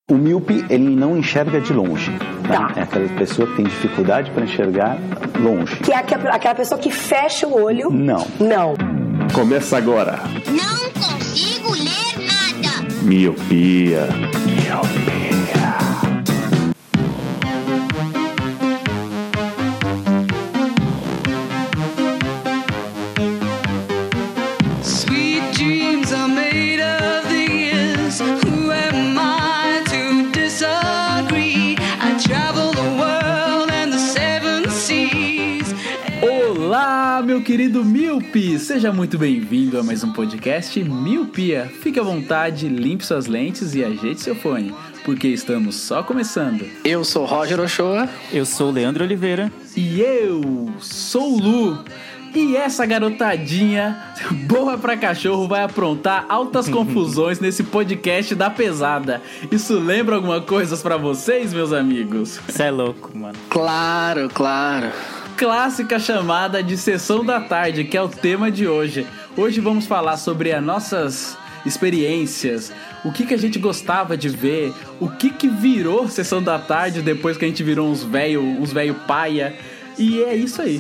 O míope, ele não enxerga de longe. Né? Tá. É aquela pessoa que tem dificuldade para enxergar longe. Que é aquela pessoa que fecha o olho? Não. Não. Começa agora. Não consigo ler nada. Miopia. Sweet dreams are made of these. Who am I to disagree? I travel the world and the seven seas. Olá, meu querido míope! Seja muito bem-vindo a mais um podcast Miopia. Fique à vontade, limpe suas lentes e ajeite seu fone, porque estamos só começando. Eu sou Roger Ochoa. Eu sou o Leandro Oliveira. E eu sou o Lu. E essa garotadinha boa pra cachorro vai aprontar altas confusões nesse podcast da pesada. Isso lembra alguma coisa pra vocês, meus amigos? Cê é louco, mano. Claro. Clássica chamada de Sessão da Tarde, que é o tema de hoje. Hoje vamos falar sobre as nossas experiências, o que a gente gostava de ver, o que virou Sessão da Tarde depois que a gente virou uns velho paia. E é isso aí.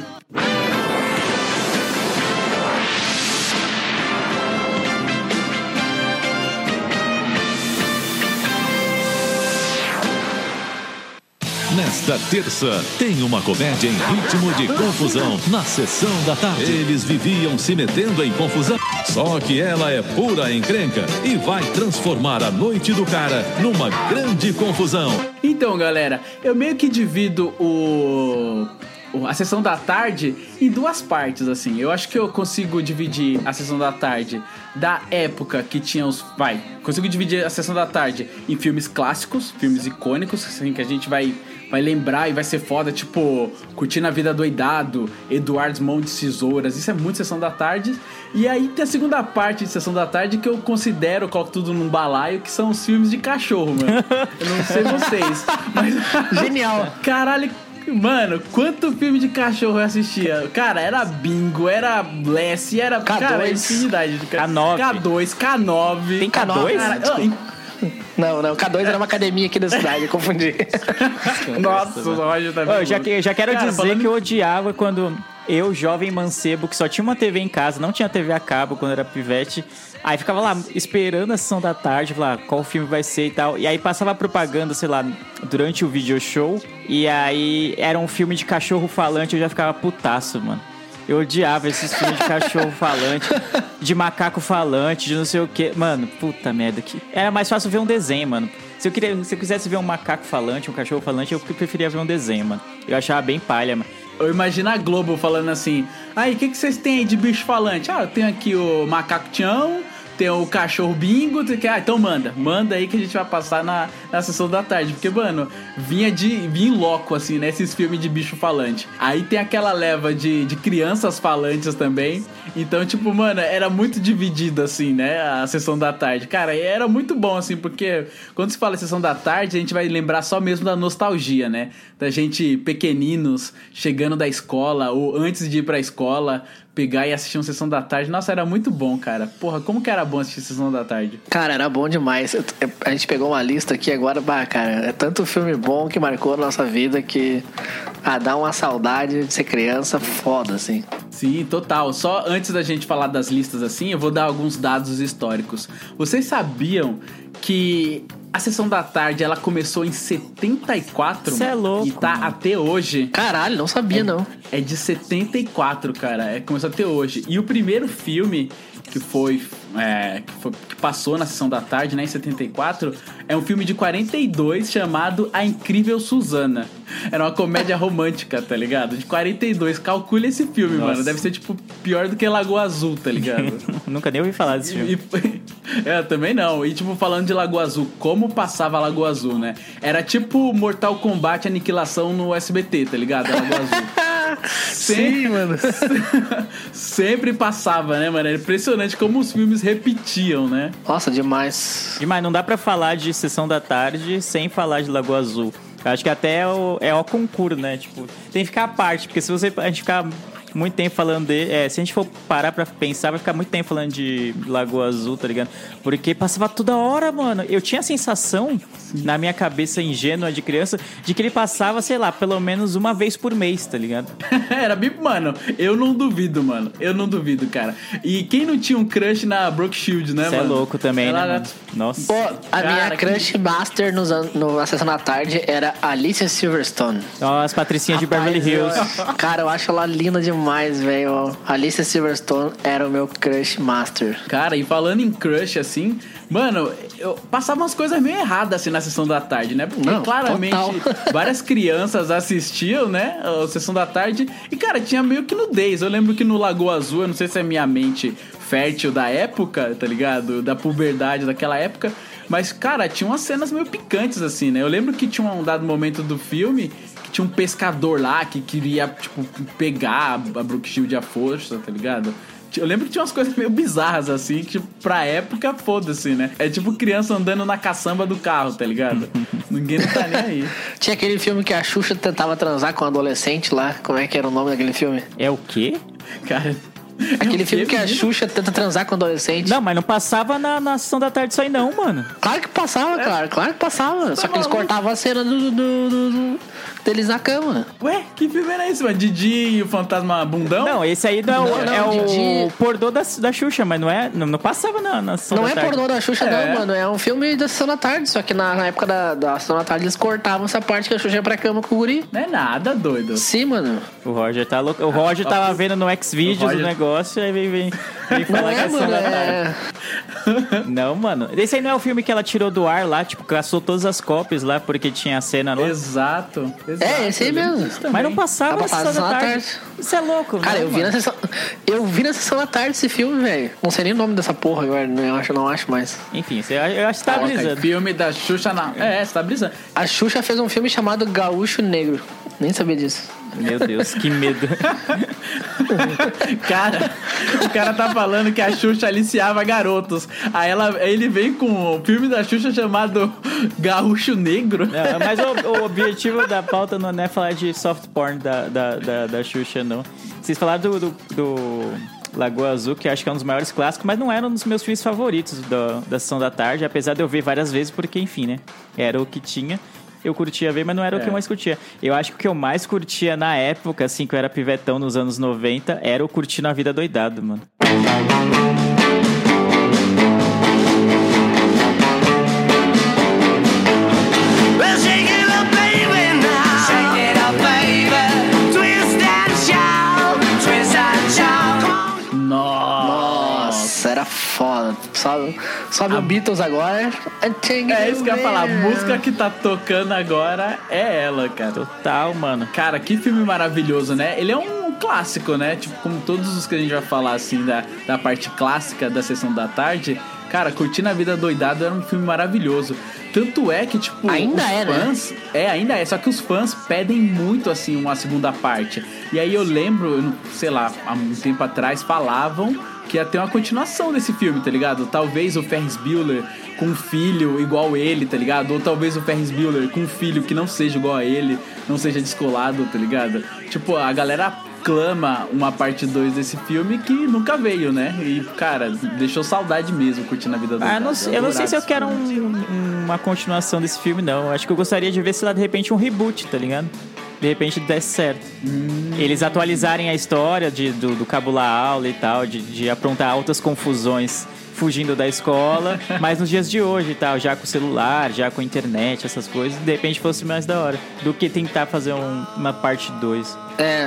Nesta terça, tem uma comédia em ritmo de confusão na Sessão da Tarde. Eles viviam se metendo em confusão, só que ela é pura encrenca e vai transformar a noite do cara numa grande confusão. Então, galera, eu meio que divido a Sessão da Tarde em duas partes, assim. Eu acho que eu consigo dividir a Sessão da Tarde da época que tinha consigo dividir a Sessão da Tarde em filmes clássicos, filmes icônicos, assim, que a gente vai lembrar e vai ser foda, tipo Curtindo a Vida Doidado, Eduardo Mão de Tesouras. Isso é muito Sessão da Tarde. E aí tem a segunda parte de Sessão da Tarde que eu coloco tudo num balaio, que são os filmes de cachorro, mano. Eu não sei vocês, mas... Genial. Caralho, mano, quanto filme de cachorro eu assistia? Cara, era Bingo, era Lassie, era... K2. Cara, infinidade de K9. K2, K9. Tem K2? Cara, Não, K2 era uma academia aqui da cidade, eu confundi. nossa, o Roger tá Eu já quero Cara, dizer que eu odiava quando eu, jovem mancebo, que só tinha uma TV em casa, não tinha TV a cabo quando era pivete, aí ficava lá esperando a Sessão da Tarde, lá, qual filme vai ser e tal, e aí passava propaganda, sei lá, durante o video show, e aí era um filme de cachorro falante, eu já ficava putaço, mano. Eu odiava esses filmes de cachorro falante, de macaco falante, de não sei o que. Mano, puta merda. Era mais fácil ver um desenho, mano. Se eu quisesse ver um macaco falante, um cachorro falante, eu preferia ver um desenho, mano. Eu achava bem palha, mano. Eu imagino a Globo falando assim: aí, o que vocês têm aí de bicho falante? Ah, eu tenho aqui o macaco Tião, tem o cachorro Bingo. Então manda aí que a gente vai passar na Sessão da Tarde. Porque, mano, vinha em loco, assim, né? Esses filmes de bicho falante. Aí tem aquela leva de crianças falantes também. Então, tipo, mano, era muito dividida, assim, né? A Sessão da Tarde. Cara, era muito bom, assim, porque quando se fala Sessão da Tarde, a gente vai lembrar só mesmo da nostalgia, né? Da gente pequeninos, chegando da escola, ou antes de ir pra escola, pegar e assistir uma Sessão da Tarde. Nossa, era muito bom, cara. Porra, como que era bom assistir Sessão da Tarde? Cara, era bom demais. A gente pegou uma lista aqui agora, cara, é tanto filme bom que marcou a nossa vida que dá uma saudade de ser criança foda, assim. Sim, total. Só antes da gente falar das listas assim, eu vou dar alguns dados históricos. Vocês sabiam que a Sessão da Tarde, ela começou em 74? Cê é louco, e tá mano. até hoje. Caralho, não sabia, não. É de 74, cara. Começou até hoje. E o primeiro filme que passou na Sessão da Tarde, né, em 74, é um filme de 42 chamado A Incrível Susana. Era uma comédia romântica, tá ligado? De 42. Calcule esse filme, Nossa. mano. Deve ser, tipo, pior do que Lagoa Azul, tá ligado? Nunca nem ouvi falar desse filme. Também não. E, tipo, falando de Lagoa Azul, como passava Lagoa Azul, né? Era tipo Mortal Kombat Aniquilação no SBT, tá ligado? Lagoa Azul. Sim, mano. Sempre passava, né, mano? Era impressionante como os filmes repetiam, né? Nossa, demais. Demais, não dá pra falar de Sessão da Tarde sem falar de Lagoa Azul. Eu acho que até é o concurso, né? Tipo, tem que ficar à parte, porque se a gente ficar muito tempo falando de... se a gente for parar pra pensar, vai ficar muito tempo falando de Lagoa Azul, tá ligado? Porque passava toda hora, mano. Eu tinha a sensação, na minha cabeça ingênua de criança, de que ele passava, sei lá, pelo menos uma vez por mês, tá ligado? Era bem... Mano, eu não duvido, mano. Eu não duvido, cara. E quem não tinha um crush na Brooke Shields, né, Você mano? é louco também, Ela né, era... mano? Nossa. Pô, a minha crush master na sessão da tarde era Alicia Silverstone. Ó, as patricinhas de Beverly Hills. Cara, eu acho ela linda demais, velho. Alicia Silverstone era o meu crush master. Cara, e falando em crush, assim... Mano, eu passava umas coisas meio erradas, assim, na sessão da tarde, né? Porque claramente várias crianças assistiam, né? A sessão da tarde. E, cara, tinha meio que nudez. Eu lembro que no Lagoa Azul, eu não sei se é minha mente fértil da época, tá ligado? Da puberdade daquela época. Mas, cara, tinha umas cenas meio picantes, assim, né? Eu lembro que tinha um dado momento do filme que tinha um pescador lá que queria, tipo, pegar a Brooke Shields à força, tá ligado? Eu lembro que tinha umas coisas meio bizarras, assim, que pra época, foda-se, né? É tipo criança andando na caçamba do carro, tá ligado? Ninguém não tá nem aí. Tinha aquele filme que a Xuxa tentava transar com um adolescente lá. Como é que era o nome daquele filme? É o quê? Cara... Aquele filme que a Xuxa tenta transar com um adolescente. Não, mas não passava na sessão da tarde isso aí não, mano. Claro que passava, cara. Claro que passava. Só que eles cortavam a cena deles na cama, né? Ué, que filme era esse, mano? Didi e o Fantasma Bundão? Não, esse aí é o Didi... pornô da Xuxa, mas não passava na sessão da tarde. Não é pornô da Xuxa, não, mano. É um filme da sessão da tarde. Só que na época da sessão da tarde eles cortavam essa parte que a Xuxa ia pra cama com o guri. Não é nada, doido. Sim, mano. O Roger tá louco. O Roger tava vendo no Xvideos o negócio, aí vem falar que é sessão da tarde. Não, mano. Esse aí não é o filme que ela tirou do ar lá, tipo, caçou todas as cópias lá porque tinha a cena lá. Exato. É, esse aí mesmo. Mas não passava na sessão da tarde. Isso é louco, cara, não, eu vi na sessão da tarde esse filme, velho. Não sei nem o nome dessa porra agora, não acho mais. Enfim, eu acho que tá brisando. Filme da Xuxa na... você tá brisando. A Xuxa fez um filme chamado Gaúcho Negro. Nem sabia disso. Meu Deus, que medo. Cara, o cara tá falando que a Xuxa aliciava garotos. Aí ele vem com o filme da Xuxa chamado Gaúcho Negro. Não, mas o objetivo da pauta não é falar de soft porn da Xuxa, não. Vocês falaram do Lagoa Azul, que eu acho que é um dos maiores clássicos, mas não era um dos meus filmes favoritos da Sessão da Tarde, apesar de eu ver várias vezes, porque, enfim, né? Era o que tinha. Eu curtia ver, mas não era o que eu mais curtia. Eu acho que o que eu mais curtia na época, assim, que eu era pivetão nos anos 90, era o Curtindo a Vida Doidado, mano. Nossa, era foda. Sobe o Beatles agora. É isso que eu ia falar. A música que tá tocando agora é ela, cara. Total, mano. Cara, que filme maravilhoso, né? Ele é um clássico, né? Tipo, como todos os que a gente vai falar, assim, da parte clássica da Sessão da Tarde. Cara, Curtindo a Vida Doidado era um filme maravilhoso. Tanto é que, tipo, ainda os é, fãs... né? Ainda é. Só que os fãs pedem muito, assim, uma segunda parte. E aí eu lembro, sei lá, há um tempo atrás falavam que ia ter uma continuação desse filme, tá ligado? Talvez o Ferris Bueller com um filho igual ele, tá ligado? Ou talvez o Ferris Bueller com um filho que não seja igual a ele, não seja descolado, tá ligado? Tipo, a galera clama uma parte 2 desse filme que nunca veio, né? E, cara, deixou saudade mesmo Curtindo a Vida do eu não sei se eu quero uma continuação desse filme, não. Acho que eu gostaria de ver, sei lá, de repente um reboot, tá ligado? De repente desse certo. Eles atualizarem a história do cabular aula e tal, de aprontar altas confusões fugindo da escola, mas nos dias de hoje e tal, já com celular, já com internet, essas coisas, de repente fosse mais da hora do que tentar fazer uma parte 2.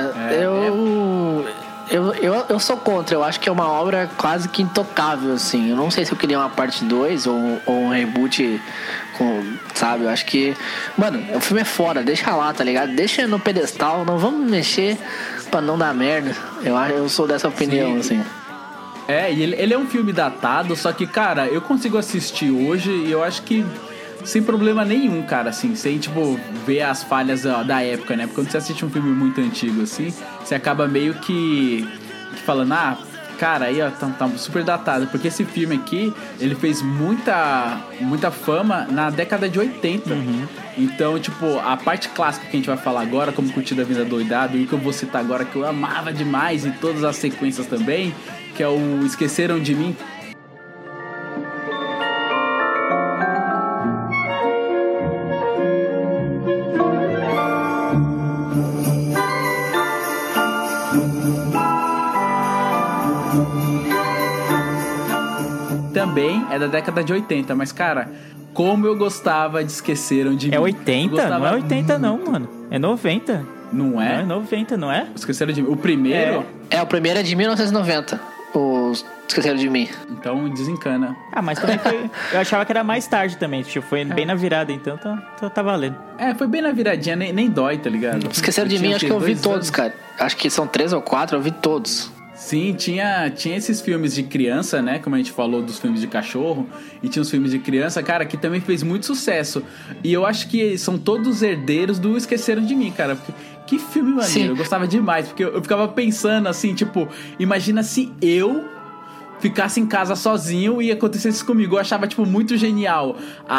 Eu sou contra. Eu acho que é uma obra quase que intocável, assim. Eu não sei se eu queria uma parte 2 ou um reboot sabe? Eu acho que... Mano, o filme é fora. Deixa lá, tá ligado? Deixa no pedestal. Não vamos mexer pra não dar merda. Eu sou dessa opinião, assim. E ele é um filme datado, só que, cara, eu consigo assistir hoje e eu acho que sem problema nenhum, cara, assim, sem, tipo, ver as falhas da época, né? Porque quando você assiste um filme muito antigo, assim, você acaba meio que falando, Cara, aí ó, tá super datado, porque esse filme aqui, ele fez muita fama na década de 80. Então, tipo, a parte clássica que a gente vai falar agora, como Curtir da Vida Doidado, e o que eu vou citar agora, que eu amava demais, e todas as sequências também, que é o Esqueceram de Mim. Também é da década de 80, mas, cara, como eu gostava de Esqueceram de Mim. É 80? Gostava... Não é 80 não, mano. É 90. Não é? Não é 90, não é? Esqueceram de Mim. O primeiro? O primeiro é de 1990. O Esqueceram de Mim. Então desencana. Ah, mas também foi... Eu achava que era mais tarde também. Tipo, foi bem na virada, então tá valendo. Foi bem na viradinha, nem dói, tá ligado? Esqueceram de Mim, acho que eu vi todos, cara. Acho que são 3 ou 4, eu vi todos. Sim, tinha esses filmes de criança, né? Como a gente falou dos filmes de cachorro. E tinha os filmes de criança, cara, que também fez muito sucesso. E eu acho que são todos herdeiros do Esqueceram de Mim, cara. Porque que filme maneiro. Sim. Eu gostava demais. Porque eu ficava pensando assim, tipo... Imagina se eu ficasse em casa sozinho e acontecesse isso comigo. Eu achava, tipo, muito genial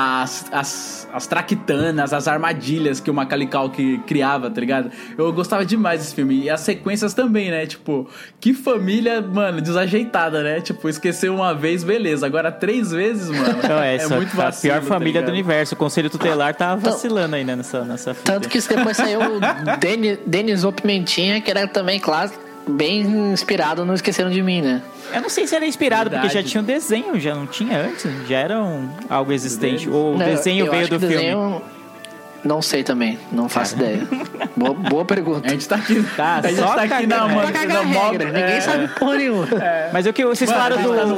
as traquitanas, as armadilhas que o Macaulay Culkin criava, tá ligado? Eu gostava demais desse filme. E as sequências também, né? Tipo, que família, mano, desajeitada, né? Tipo, esqueceu uma vez, beleza. Agora 3 vezes, mano, não, é muito vacilo, a pior família tá do universo. O Conselho Tutelar tava vacilando aí, né? Nessa fita. Tanto que depois saiu o Denis O Pimentinha, que era também, claro, bem inspirado no Esqueceram de Mim, né? Eu não sei se era inspirado, Verdade. porque já tinha um desenho, já não tinha antes? Já era algo existente. Ou o desenho veio do filme? Desenho... Não sei também, não faço ideia. Boa pergunta. A gente tá aqui, tá aqui na regra. Ninguém sabe porra nenhuma. Mas o que vocês falaram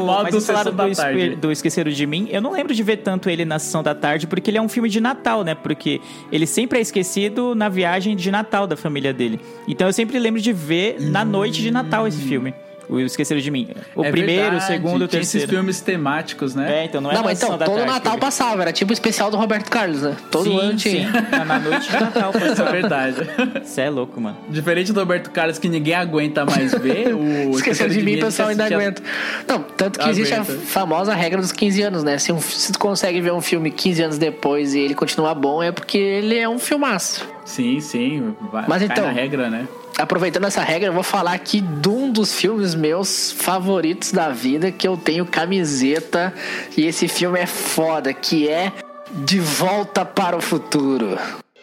do do Esqueceram de Mim, eu não lembro de ver tanto ele na Sessão da Tarde, porque ele é um filme de Natal, né? Porque ele sempre é esquecido na viagem de Natal da família dele. Então eu sempre lembro de ver na noite de Natal esse filme. O Esqueceram de Mim. O primeiro, verdade. O segundo, o terceiro. Esses filmes temáticos, né? Então não é na então, todo Natal passava. Era tipo o especial do Roberto Carlos, né? Todo ano tinha. Na noite de Natal passava. Isso é verdade. Você é louco, mano. Diferente do Roberto Carlos, que ninguém aguenta mais ver, o Esqueceram de Mim, o pessoal ainda aguenta. Não, tanto que existe a famosa regra dos 15 anos, né? Se tu consegue ver um filme 15 anos depois e ele continua bom, é porque ele é um filmaço. Sim. Mas então, cai na regra, né? Aproveitando essa regra, eu vou falar aqui de um dos filmes meus favoritos da vida, que eu tenho camiseta, e esse filme é foda, que é De Volta para o Futuro.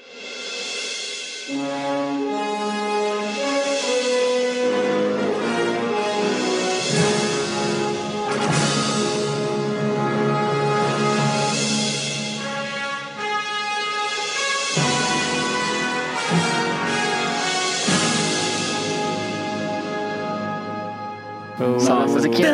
Só a musiquinha.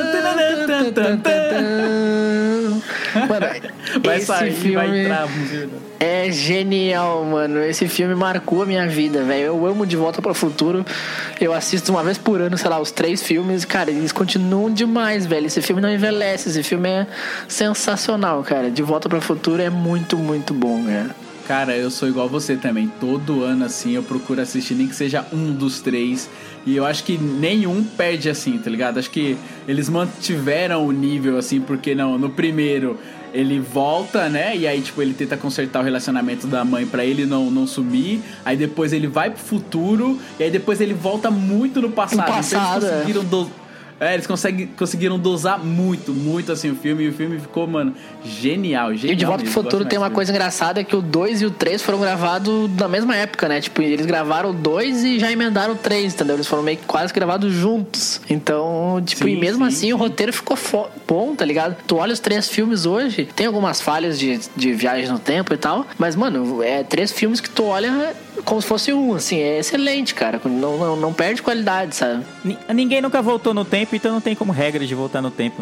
Mano, esse filme é genial, mano. Esse filme marcou a minha vida, velho. Eu amo De Volta para o Futuro. Eu assisto uma vez por ano, sei lá, os 3 filmes. Cara, eles continuam demais, velho. Esse filme não envelhece. Esse filme é sensacional, cara. De Volta para o Futuro é muito, muito bom, cara. Cara, eu sou igual você também. Todo ano, assim, eu procuro assistir, nem que seja um dos 3. E eu acho que nenhum perde, assim, tá ligado? Acho que eles mantiveram o nível, assim, porque no primeiro ele volta, né? E aí, tipo, ele tenta consertar o relacionamento da mãe pra ele não sumir. Aí depois ele vai pro futuro. E aí depois ele volta muito no passado. Então eles conseguiram eles conseguiram dosar muito, muito assim o filme. E o filme ficou, mano, genial. E De Volta pro Futuro tem uma coisa engraçada, é que o 2 e o 3 foram gravados na mesma época, né? Tipo, eles gravaram o 2 e já emendaram o 3, entendeu? Eles foram meio que quase gravados juntos. Então, tipo, e mesmo assim o roteiro ficou bom, tá ligado? Tu olha os 3 filmes hoje, tem algumas falhas de viagem no tempo e tal, mas, mano, 3 filmes que tu olha como se fosse um, assim, é excelente, cara. Não perde qualidade, sabe? Ninguém nunca voltou no tempo, então não tem como regra de voltar no tempo.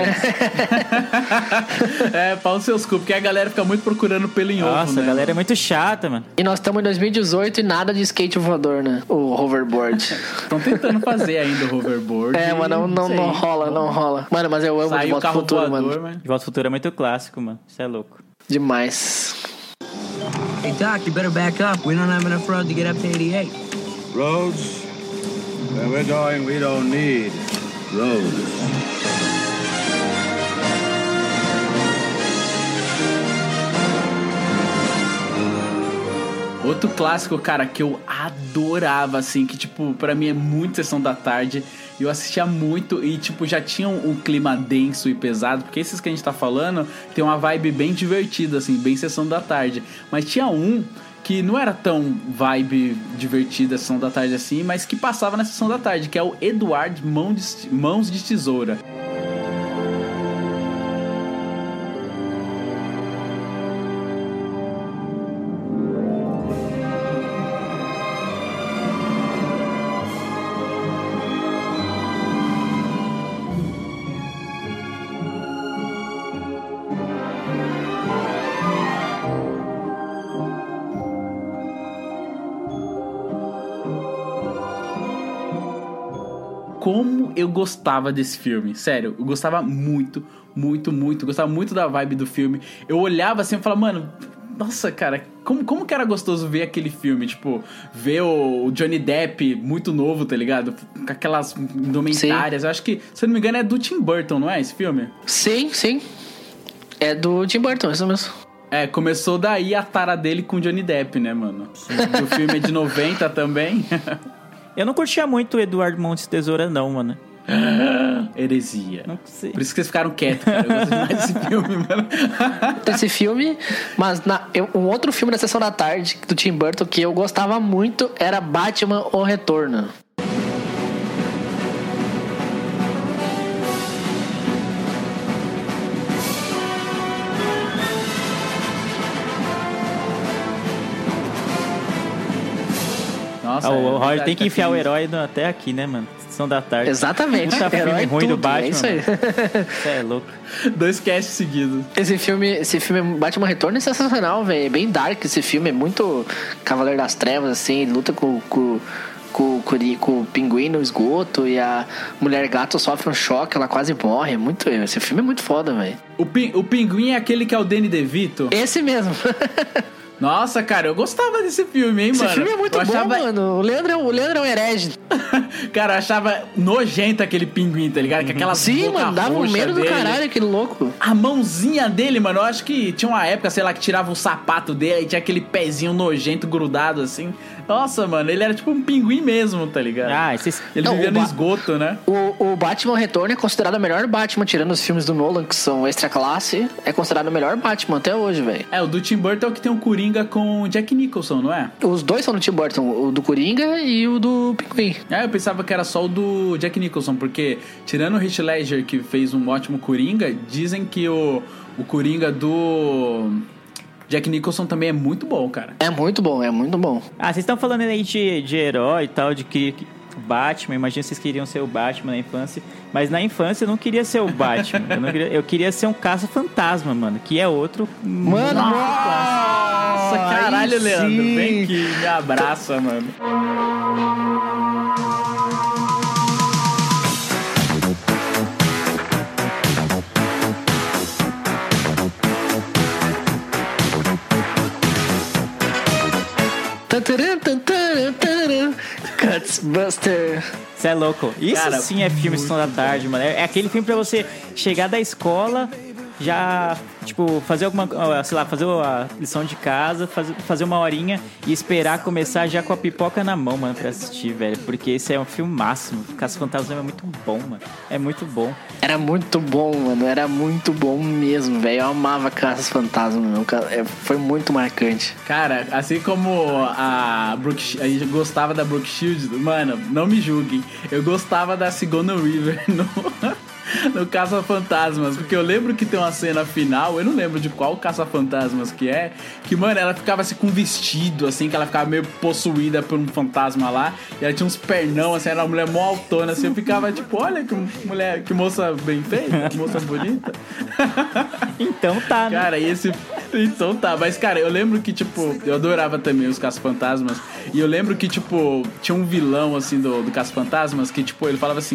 Pau seus cu, porque a galera fica muito procurando pelo em ovo, né? Nossa, a galera é muito chata, mano. E nós estamos em 2018 e nada de skate voador, né? O hoverboard. Estão tentando fazer ainda o hoverboard. Mano, não rola. Mano, mas eu amo De Volta pro Futuro, voador, mano. De Volta pro Futuro é muito clássico, mano. Isso é louco. Demais. Hey, Doc, you better back up. We don't have enough road to get up to 88. Roads? Where we're going, we don't need. Rose. Outro clássico, cara, que eu adorava, assim, que, tipo, pra mim é muito Sessão da Tarde. Eu assistia muito e, tipo, já tinha um clima denso e pesado, porque esses que a gente tá falando tem uma vibe bem divertida, assim, bem Sessão da Tarde. Mas tinha um que não era tão vibe divertida, Sessão da Tarde assim, mas que passava na Sessão da Tarde, que é o Eduardo Mãos de Tesoura. Como eu gostava desse filme, sério, eu gostava muito, gostava muito da vibe do filme. Eu olhava assim e falava, mano, nossa, cara, como que era gostoso ver aquele filme, tipo, ver o Johnny Depp muito novo, tá ligado? Com aquelas indumentárias. Eu acho que, se eu não me engano, é do Tim Burton, não é esse filme? Sim, é do Tim Burton, isso mesmo. É, começou daí a tara dele com o Johnny Depp, né, mano? O filme é de 90 também. Eu não curtia muito o Eduardo Mãos de Tesoura, não, mano. Heresia. Não sei. Por isso que vocês ficaram quietos, cara. Eu gosto demais desse filme, mano. Esse filme, mas um outro filme da Sessão da Tarde do Tim Burton que eu gostava muito era Batman: O Retorno. Nossa, o Roger tem que tá enfiar o herói até aqui, né, mano? Sessão da Tarde. Exatamente. Puta filme ruim do Batman. É isso aí. Você é louco. 2 casts seguidos. Esse filme Batman Retorno é sensacional, velho. É bem dark esse filme. É muito Cavaleiro das Trevas, assim. Ele luta com o pinguim no esgoto e a mulher gato sofre um choque, ela quase morre. Esse filme é muito foda, velho. O pinguim é aquele que é o Danny DeVito? Esse mesmo. Nossa, cara, eu gostava desse filme, hein, mano? Esse filme é muito bom, mano. O Leandro é um herege. Cara, eu achava nojento aquele pinguim, tá ligado? Que aquela Sim, mano, dava um medo do caralho aquele louco. A mãozinha dele, mano, eu acho que tinha uma época, sei lá, que tirava o sapato dele e tinha aquele pezinho nojento grudado, assim. Nossa, mano, ele era tipo um pinguim mesmo, tá ligado? Ele vivia no esgoto, né? O Batman Retorno é considerado o melhor Batman, tirando os filmes do Nolan, que são extra classe. É considerado o melhor Batman até hoje, velho. É, o do Tim Burton é o que tem o Coringa com o Jack Nicholson, não é? Os dois são do Tim Burton, o do Coringa e o do Pinguim. Eu pensava que era só o do Jack Nicholson, porque tirando o Heath Ledger, que fez um ótimo Coringa, dizem que o Coringa do Jack Nicholson também é muito bom, cara. É muito bom. Vocês estão falando aí de herói e tal, de que Batman, imagina se vocês queriam ser o Batman na infância, mas na infância eu não queria ser o Batman, eu queria ser um caça-fantasma, mano, que é outro... Mano, nossa, caralho, Leandro, vem aqui, me abraça, mano. Cutsbuster. Você é louco. Isso, cara, sim é filme Sessão da Tarde, mano. É aquele filme pra você chegar da escola, já, tipo, fazer alguma, sei lá, fazer a lição de casa, fazer uma horinha e esperar começar já com a pipoca na mão, mano, pra assistir, velho. Porque esse é um filme máximo. Caça-Fantasma é muito bom, mano. É muito bom. Era muito bom, mano. Era muito bom mesmo, velho. Eu amava Caça-Fantasma, meu. Foi muito marcante. Cara, assim como a gente gostava da Brooke Shields, mano, não me julguem. Eu gostava da Sigourney Weaver no Caça-Fantasmas, porque eu lembro que tem uma cena final, eu não lembro de qual Caça-Fantasmas que é, que, mano, ela ficava assim com um vestido, assim, que ela ficava meio possuída por um fantasma lá, e ela tinha uns pernão, assim, era uma mulher mó altona, assim, eu ficava tipo, olha que mulher, que moça bem feita, que moça bonita. Então tá, né? Cara, então tá, mas, cara, eu lembro que, tipo, eu adorava também os Caça-Fantasmas, e eu lembro que, tipo, tinha um vilão, assim, do Caça-Fantasmas, que, tipo, ele falava assim,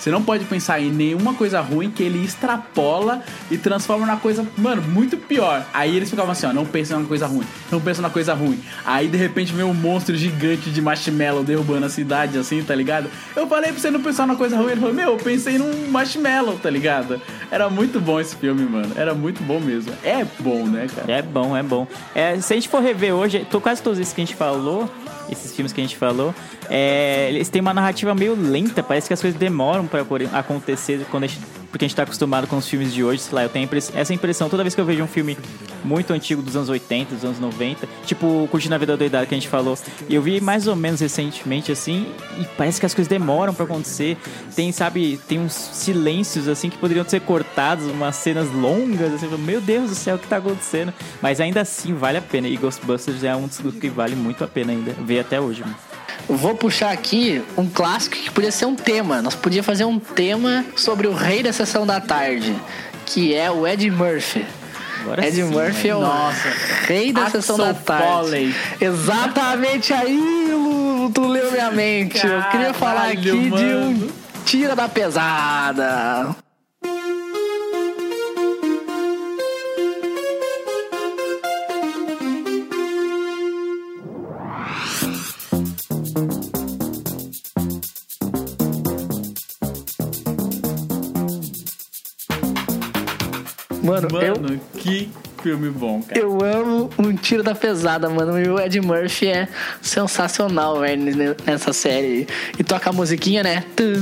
Você não pode pensar em nenhuma coisa ruim que ele extrapola e transforma numa coisa, mano, muito pior. Aí eles ficavam assim, ó, não pensa numa coisa ruim, não pensa numa coisa ruim. Aí de repente vem um monstro gigante de marshmallow derrubando a cidade, assim, tá ligado? Eu falei pra você não pensar numa coisa ruim, ele falou, meu, eu pensei num marshmallow, tá ligado? Era muito bom esse filme, mano, era muito bom mesmo. É bom, né, cara? É bom, é bom. Se a gente for rever hoje, quase todos esses que a gente falou, esses filmes que a gente falou, eles têm uma narrativa meio lenta, parece que as coisas demoram pra acontecer porque a gente tá acostumado com os filmes de hoje, sei lá, eu tenho essa impressão toda vez que eu vejo um filme muito antigo dos anos 80, dos anos 90, tipo Curtindo a Vida Doidada que a gente falou, e eu vi mais ou menos recentemente assim, e parece que as coisas demoram pra acontecer, tem uns silêncios assim que poderiam ser cortados, umas cenas longas, assim, meu Deus do céu, o que tá acontecendo? Mas ainda assim vale a pena, e Ghostbusters é um dos que vale muito a pena ainda, ver até hoje, mano. Vou puxar aqui um clássico que podia ser um tema. Nós podíamos fazer um tema sobre o rei da sessão da tarde, que é o Ed Murphy. Agora Ed sim, Murphy é o rei da sessão da tarde. Exatamente aí, Lu, tu leu minha mente. Caralho, eu queria falar aqui mano. de um Tira da Pesada. Mano, que filme bom, cara. Eu amo um Tiro da Pesada, mano. E o Ed Murphy é sensacional, velho, nessa série. E toca a musiquinha, né?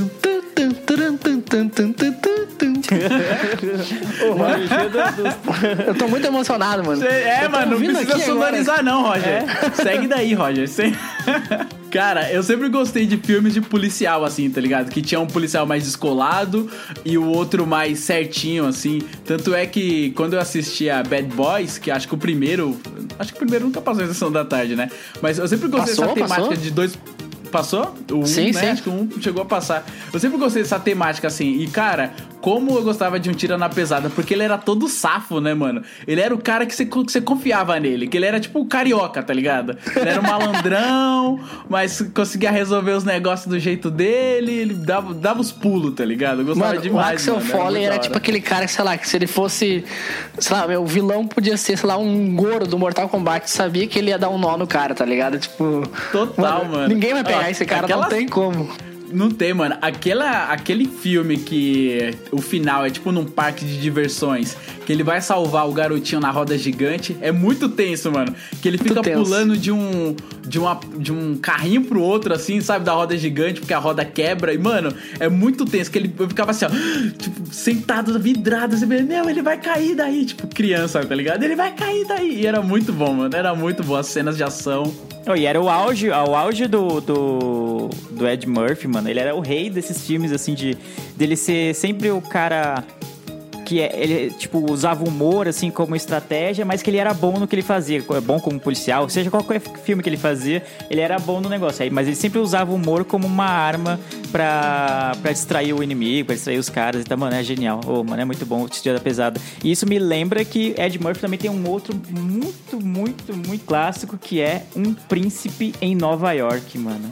Eu tô muito emocionado, mano. Mano, não precisa sonorizar não, Roger. Segue daí, Roger. Cara, eu sempre gostei de filmes de policial, assim, tá ligado? Que tinha um policial mais descolado e o outro mais certinho, assim. Tanto é que quando eu assisti a Bad Boys, que acho que o primeiro nunca passou em sessão da tarde, né? Mas eu sempre gostei dessa temática de dois... Passou? O 1, sim, né? sim. Acho que o 1 chegou a passar. Eu sempre gostei dessa temática, assim. E, cara, como eu gostava de um Tira na Pesada, porque ele era todo safo, né, mano? Ele era o cara que você confiava nele, que ele era tipo o carioca, tá ligado? Ele era um malandrão, mas conseguia resolver os negócios do jeito dele, ele dava os pulos, tá ligado? Eu gostava demais, o Axel Foley era tipo aquele cara que, sei lá, que se ele fosse, sei lá, o vilão podia ser, sei lá, um Goro do Mortal Kombat, sabia que ele ia dar um nó no cara, tá ligado? Tipo... Total, mano. Ninguém vai pegar esse cara, não tem como. Não tem, mano. Aquele filme que o final é tipo num parque de diversões, que ele vai salvar o garotinho na roda gigante, é muito tenso, mano. Que ele fica pulando de um carrinho pro outro, assim, sabe, da roda gigante, porque a roda quebra. E, mano, é muito tenso, que eu ficava assim, ó, tipo, sentado, vidrado, assim, meu, ele vai cair daí, tipo, criança, tá ligado? Ele vai cair daí. E era muito bom, mano. Era muito bom as cenas de ação. E era o auge do Ed Murphy, mano. Ele era o rei desses filmes, assim, dele ser sempre o cara que ele, tipo, usava o humor, assim, como estratégia, mas que ele era bom no que ele fazia, bom como policial, seja qualquer filme que ele fazia, ele era bom no negócio. Mas ele sempre usava o humor como uma arma pra distrair o inimigo, pra distrair os caras. Então, mano, é genial. Mano, é muito bom o Tira da Pesada. E isso me lembra que Ed Murphy também tem um outro muito, muito, muito clássico, que é Um Príncipe em Nova York, mano.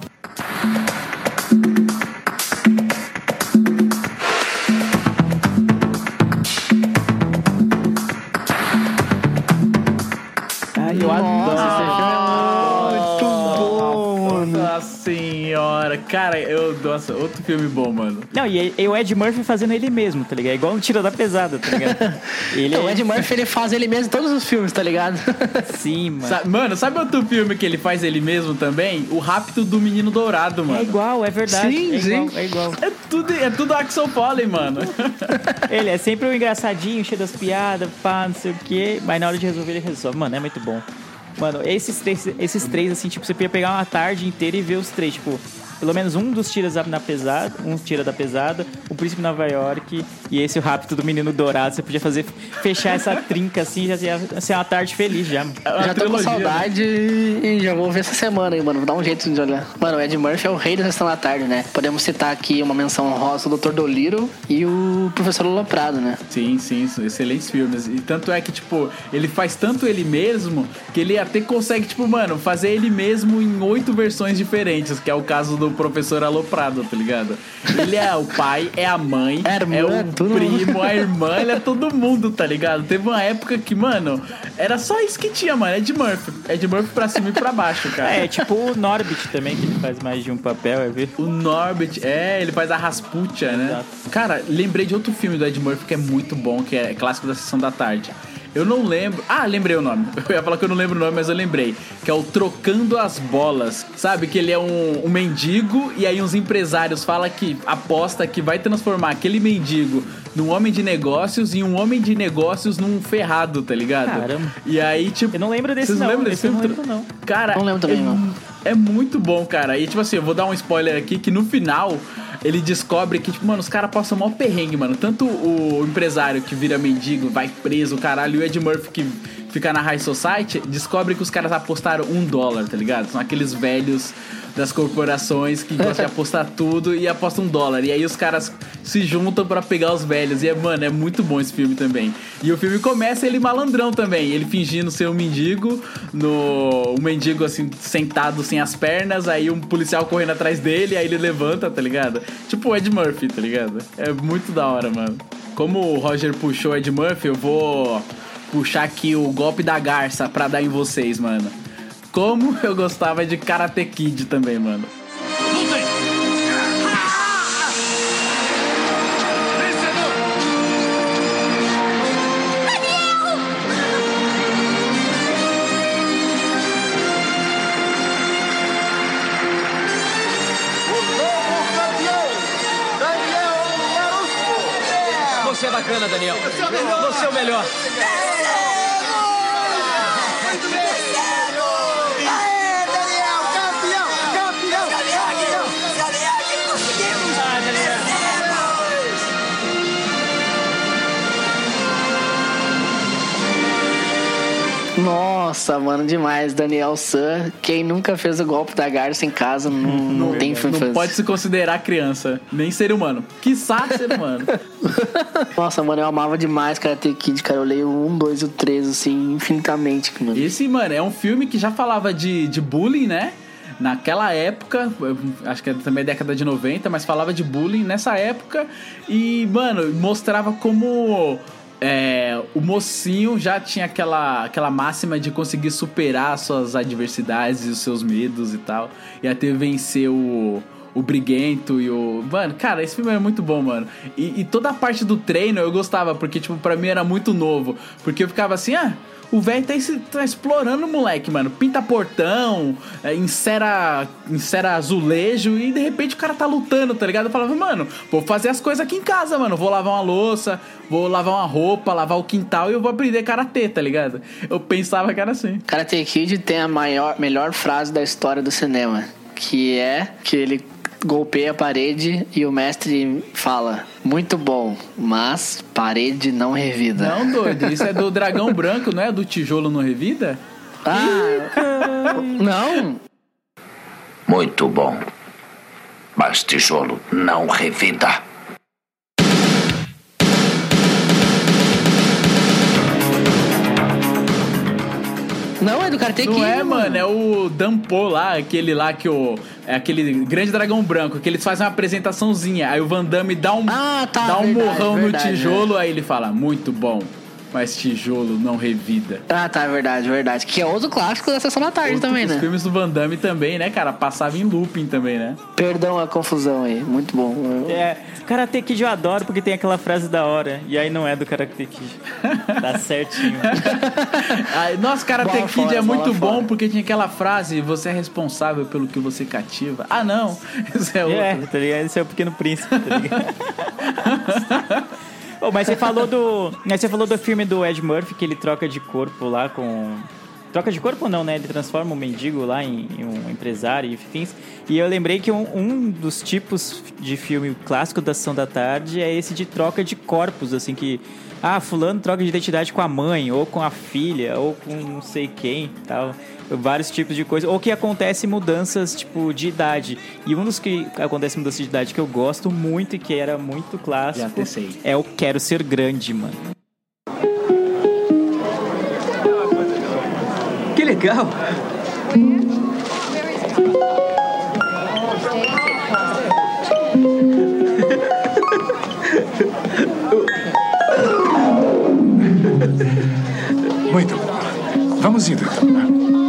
Eu adoro esse filme. Muito bom. Nossa senhora. Cara, nossa, outro filme bom, mano. Não, e o Ed Murphy fazendo ele mesmo, tá ligado? Igual um Tira da Pesada, tá ligado? O Ed Murphy, ele faz ele mesmo em todos os filmes, tá ligado? Sim, mano. Sabe outro filme que ele faz ele mesmo também? O Rapto do Menino Dourado, mano. É igual, é verdade. Sim, é igual. É tudo Axel Foley, mano. Ele é sempre um engraçadinho, cheio das piadas, pá, não sei o quê. Mas na hora de resolver, ele resolve. Mano, é muito bom. Mano, esses três, assim, tipo, você podia pegar uma tarde inteira e ver os três, tipo... Pelo menos um dos Tira da Pesada, O Príncipe de Nova York e esse O Rapto do Menino Dourado. Você podia fechar essa trinca assim, já ia ser uma tarde feliz já. Já tô com saudade, né? E já vou ver essa semana aí, mano. Vou dar um jeito de olhar. Mano, o Ed Murphy é o rei da sessão da tarde, né? Podemos citar aqui uma menção honrosa do Dr. Dolittle e o Professor Loprado, né? Sim, excelentes filmes. E tanto é que, tipo, ele faz tanto ele mesmo que ele até consegue, tipo, mano, fazer ele mesmo em 8 versões diferentes, que é o caso do professor aloprado, tá ligado? Ele é o pai, é a mãe, é o todo primo, a irmã, ele é todo mundo, tá ligado? Teve uma época que, mano, era só isso que tinha, mano. Ed Murphy pra cima e pra baixo, cara. É, tipo o Norbit também, que ele faz mais de um papel, é ver? O Norbit, ele faz a Rasputia, né? Exato. Cara, lembrei de outro filme do Ed Murphy que é muito bom, que é clássico da Sessão da Tarde. Eu não lembro... Ah, lembrei o nome. Eu ia falar que eu não lembro o nome, mas eu lembrei. Que é o Trocando as Bolas. Sabe? Que ele é um mendigo e aí uns empresários falam que aposta que vai transformar aquele mendigo num homem de negócios e um homem de negócios num ferrado, tá ligado? Caramba. E aí, tipo... Eu não lembro desse, Vocês não lembram desse filme? Eu não lembro, não. Cara, Não lembro também, não. É muito bom, cara. E tipo assim, eu vou dar um spoiler aqui, que no final ele descobre que, tipo, mano, os caras passam mal perrengue, mano. Tanto o empresário que vira mendigo, vai preso, caralho, e o Ed Murphy que fica na High Society, descobre que os caras apostaram $1, tá ligado? São aqueles velhos das corporações que gostam de apostar tudo e apostam $1. E aí os caras se juntam pra pegar os velhos. E, mano, é muito bom esse filme também. E o filme começa ele malandrão também. Ele fingindo ser um mendigo, um mendigo, assim, sentado sem as pernas. Aí um policial correndo atrás dele, aí ele levanta, tá ligado? Tipo o Ed Murphy, tá ligado? É muito da hora, mano. Como o Roger puxou o Ed Murphy, eu vou puxar aqui o golpe da garça pra dar em vocês, mano. Como eu gostava de Karate Kid também, mano. Você é bacana, Daniel. Você é o melhor. Nossa, mano, demais. Daniel San. Quem nunca fez o golpe da garça em casa não tem filme. Não pode se considerar criança, nem ser humano. Quiçá ser humano. Nossa, mano, eu amava demais Karate Kid, cara. Eu leio o 1, 2 e o 3, assim, infinitamente, mano. Esse, mano, é um filme que já falava de bullying, né? Naquela época, acho que é também década de 90, mas falava de bullying nessa época. E, mano, mostrava como... o mocinho já tinha aquela máxima de conseguir superar suas adversidades e os seus medos e tal. E até vencer o briguento e o... Mano, cara, esse filme é muito bom, mano. E toda a parte do treino eu gostava, porque, tipo, pra mim era muito novo. Porque eu ficava assim, o velho tá explorando o moleque, mano. Pinta portão, insera azulejo e de repente o cara tá lutando, tá ligado? Eu falava, mano, vou fazer as coisas aqui em casa, mano. Vou lavar uma louça, vou lavar uma roupa, lavar o quintal e eu vou aprender karatê, tá ligado? Eu pensava que era assim. Karate Kid tem a melhor frase da história do cinema, que é que ele golpeia a parede e o mestre fala: muito bom, mas parede não revida. Não, doido, isso é do Dragão Branco, não é do Tijolo não revida? Não. Muito bom, mas tijolo não revida. Não, é do Karate Kid. Não é, mano, é o Danpo lá, aquele lá que é aquele grande dragão branco, que eles fazem uma apresentaçãozinha, aí o Van Damme dá um morrão no tijolo, aí ele fala, muito bom, mas tijolo não revida. Ah, tá, verdade. Que é outro clássico da Sessão da Tarde também, né? Os filmes do Van Damme também, né, cara? Passava em looping também, né? Perdão a confusão aí, muito bom. Karate Kid eu adoro porque tem aquela frase da hora, e aí não é do Karate Kid. Tá certinho. Nossa, Karate Kid é muito bom porque tinha aquela frase, você é responsável pelo que você cativa. Ah, não, isso é outro. Tá ligado? Esse é o Pequeno Príncipe, tá ligado? Mas você falou do filme do Ed Murphy, que ele troca de corpo lá com... Troca de corpo não, né? Ele transforma o mendigo lá em um empresário e enfim. E eu lembrei que um dos tipos de filme clássico da Sessão da Tarde é esse de troca de corpos, assim, que... fulano troca de identidade com a mãe, ou com a filha, ou com não sei quem, tal. Vários tipos de coisa. Ou que acontece mudanças, tipo, de idade. E um dos que acontece mudança de idade que eu gosto muito e que era muito clássico é o Quero Ser Grande, mano. Que legal! Muito bom. Vamos indo, então, né?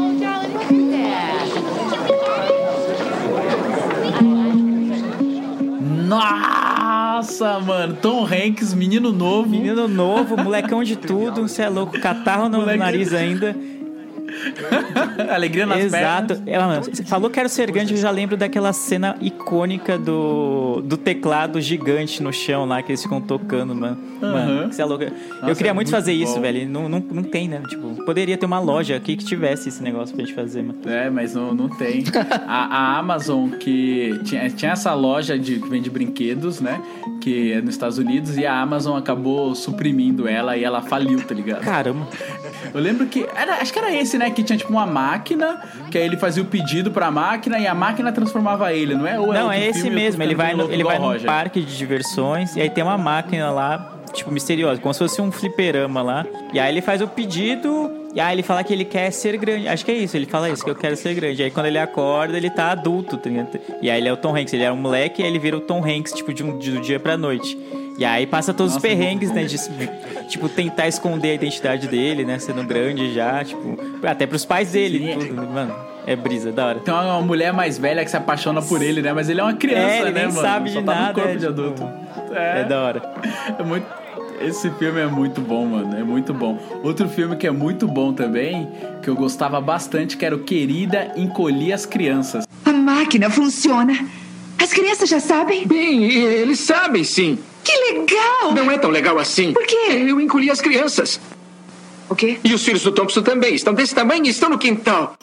Nossa, mano, Tom Hanks, menino novo. Menino novo, molecão de tudo, você é louco, catarro no nariz ainda. Alegria nas Exato. pernas. Você falou que era ser grande, eu já lembro daquela cena icônica do teclado gigante no chão lá, que eles ficam tocando, mano. Mano, você é louco. Nossa, eu queria muito fazer bom. isso, velho. Não tem, né? Tipo, poderia ter uma loja aqui que tivesse esse negócio pra gente fazer, mano. É, mas não tem. A Amazon, que tinha essa loja que vende brinquedos, né? Que é nos Estados Unidos, e a Amazon acabou suprimindo ela e ela faliu, tá ligado? Caramba. Eu lembro que acho que era esse, né? Que tinha tipo uma máquina, que aí ele fazia o pedido pra máquina e a máquina transformava ele, não é? Ou não, é esse filme, mesmo. Ele vai num Roger. parque de diversões e aí tem uma máquina lá, tipo, misteriosa, como se fosse um fliperama lá. E aí ele faz o pedido e aí ele fala que ele quer ser grande. Acho que é isso, ele fala isso, que eu quero ser grande. E aí quando ele acorda, ele tá adulto, tá ligado? E aí ele é o Tom Hanks, ele era um moleque e aí ele vira o Tom Hanks, tipo, do dia pra noite. E aí passa todos os perrengues, né? De, tipo, tentar esconder a identidade dele, né? Sendo grande já, tipo... Até pros pais dele, tudo, mano. É brisa, da hora. Tem uma mulher mais velha que se apaixona por ele, né? Mas ele é uma criança, ele né, nem mano? sabe Só de tá no nada, corpo de adulto. É da hora. É muito... Esse filme é muito bom, mano. É muito bom. Outro filme que é muito bom também, que eu gostava bastante, que era o Querida, Encolhi as Crianças. A máquina funciona. As crianças já sabem? Bem, eles sabem, sim. Que legal! Não é tão legal assim. Por quê? Eu encolhi as crianças. O quê? E os filhos do Thompson também. Estão desse tamanho e estão no quintal.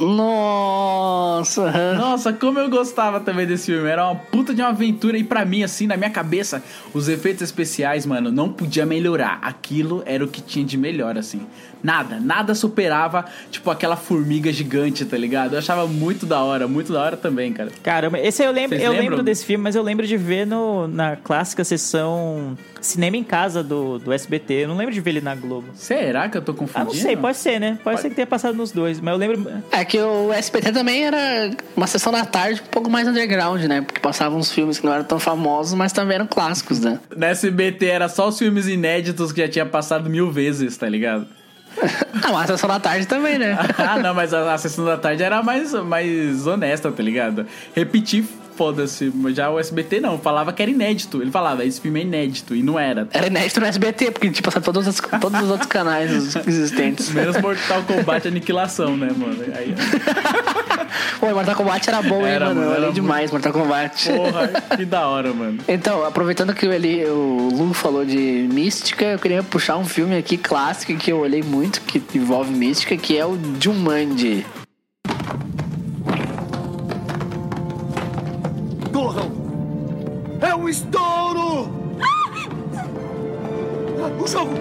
Nossa. Nossa, como eu gostava também desse filme. Era uma puta de uma aventura. E pra mim, assim, na minha cabeça, os efeitos especiais, mano, não podia melhorar. Aquilo era o que tinha de melhor, assim. Nada superava, tipo, aquela formiga gigante, tá ligado? Eu achava muito da hora também, cara. Caramba, esse eu lembro lembram? desse filme, mas eu lembro de ver na clássica sessão Cinema em Casa do SBT. Eu não lembro de ver ele na Globo. Será que eu tô confundindo? Não sei, pode ser, né? Pode ser que tenha passado nos dois, mas eu lembro... É que o SBT também era uma sessão da tarde um pouco mais underground, né? Porque passavam uns filmes que não eram tão famosos, mas também eram clássicos, né? Na SBT era só os filmes inéditos que já tinha passado 1000 vezes, tá ligado? Não, a sessão da tarde também, né? Não, mas a sessão da tarde era mais honesta, tá ligado? Repetir, foda-se. Já o SBT não, falava que era inédito. Ele falava, esse filme é inédito, e não era. Era inédito no SBT, porque tinha passado todos os outros canais existentes. Menos Mortal Kombat Aniquilação, né, mano? Aí, Pô, Mortal Kombat era bom, hein, mano? Eu olhei demais Mortal Kombat. Porra, que da hora, mano. Então, aproveitando que o Lu falou de mística, eu queria puxar um filme aqui clássico que eu olhei muito, que envolve mística, que é o Jumanji. Corram! É um estouro! O jogo!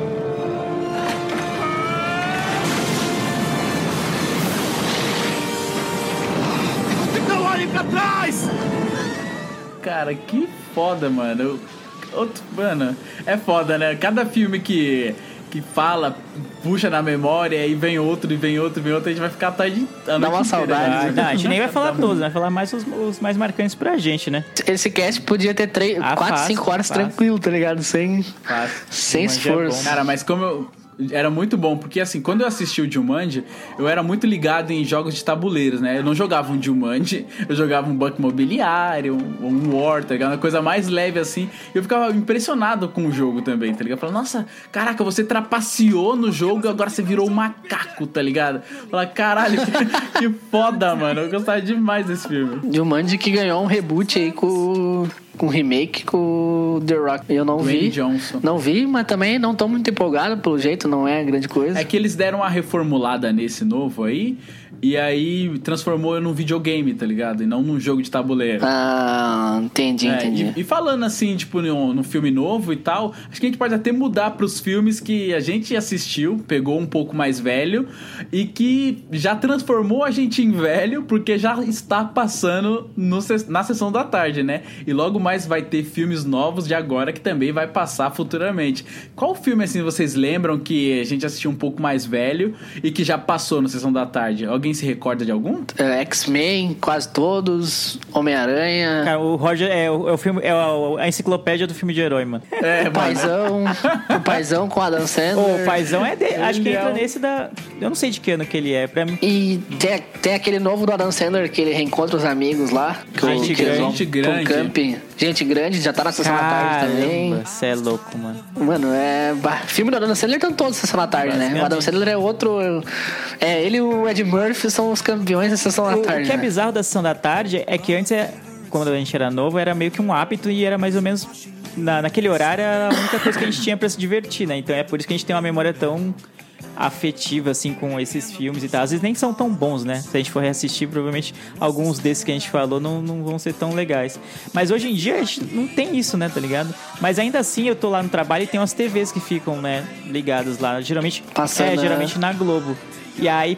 Não olhem pra trás! Cara, que foda, mano. Mano, é foda, né? Cada filme que fala, puxa na memória, e vem outro, a gente vai ficar atrás de... Dá uma saudade. Não, a gente nem vai falar todos, vai falar mais os mais marcantes pra gente, né? Esse cast podia ter 4, 5 horas tranquilo, tá ligado? Sem esforço. Cara, mas como era muito bom, porque assim, quando eu assisti o Jumanji, eu era muito ligado em jogos de tabuleiros, né? Eu não jogava um Jumanji, eu jogava um Banco Imobiliário, um War, tá ligado? Uma coisa mais leve assim. E eu ficava impressionado com o jogo também, tá ligado? Eu falava, nossa, caraca, você trapaceou no jogo e agora você virou um macaco, tá ligado? Eu falava, caralho, que foda, mano. Eu gostava demais desse filme. Jumanji que ganhou um reboot aí com remake com o The Rock. Eu não Dwayne vi. Johnson. Não vi, mas também não tô muito empolgado, pelo jeito, não é grande coisa. É que eles deram uma reformulada nesse novo aí, e aí transformou num videogame, tá ligado? E não num jogo de tabuleiro. Ah, entendi. E falando assim, tipo, no filme novo e tal, acho que a gente pode até mudar pros filmes que a gente assistiu, pegou um pouco mais velho, e que já transformou a gente em velho, porque já está passando na sessão da tarde, né? E logo mas vai ter filmes novos de agora que também vai passar futuramente. Qual filme, assim, vocês lembram que a gente assistiu um pouco mais velho e que já passou na Sessão da Tarde? Alguém se recorda de algum? X-Men, quase todos, Homem-Aranha. Cara, o Roger é o filme, a enciclopédia do filme de herói, mano. O Paizão com Adam Sandler. O Paizão acho que entra nesse da... Eu não sei de que ano que ele é, pra mim. E tem aquele novo do Adam Sandler que ele reencontra os amigos lá. Gente grande. Camping. Gente grande, já tá na Sessão da Tarde também. Você é louco, mano. Mano, filme do Adam Sandler estão todos na Sessão da Tarde, né? O Adam Sandler é outro... ele e o Ed Murphy são os campeões da Sessão da Tarde. O que é bizarro da Sessão da Tarde é que antes, quando a gente era novo, era meio que um hábito e era mais ou menos... Naquele horário era a única coisa que a gente tinha pra se divertir, né? Então é por isso que a gente tem uma memória tão afetiva, assim, com esses filmes e tal. Às vezes nem são tão bons, né? Se a gente for reassistir, provavelmente alguns desses que a gente falou não vão ser tão legais. Mas hoje em dia a gente não tem isso, né? Tá ligado? Mas ainda assim eu tô lá no trabalho e tem umas TVs que ficam, né, ligadas lá. Geralmente geralmente na Globo. E aí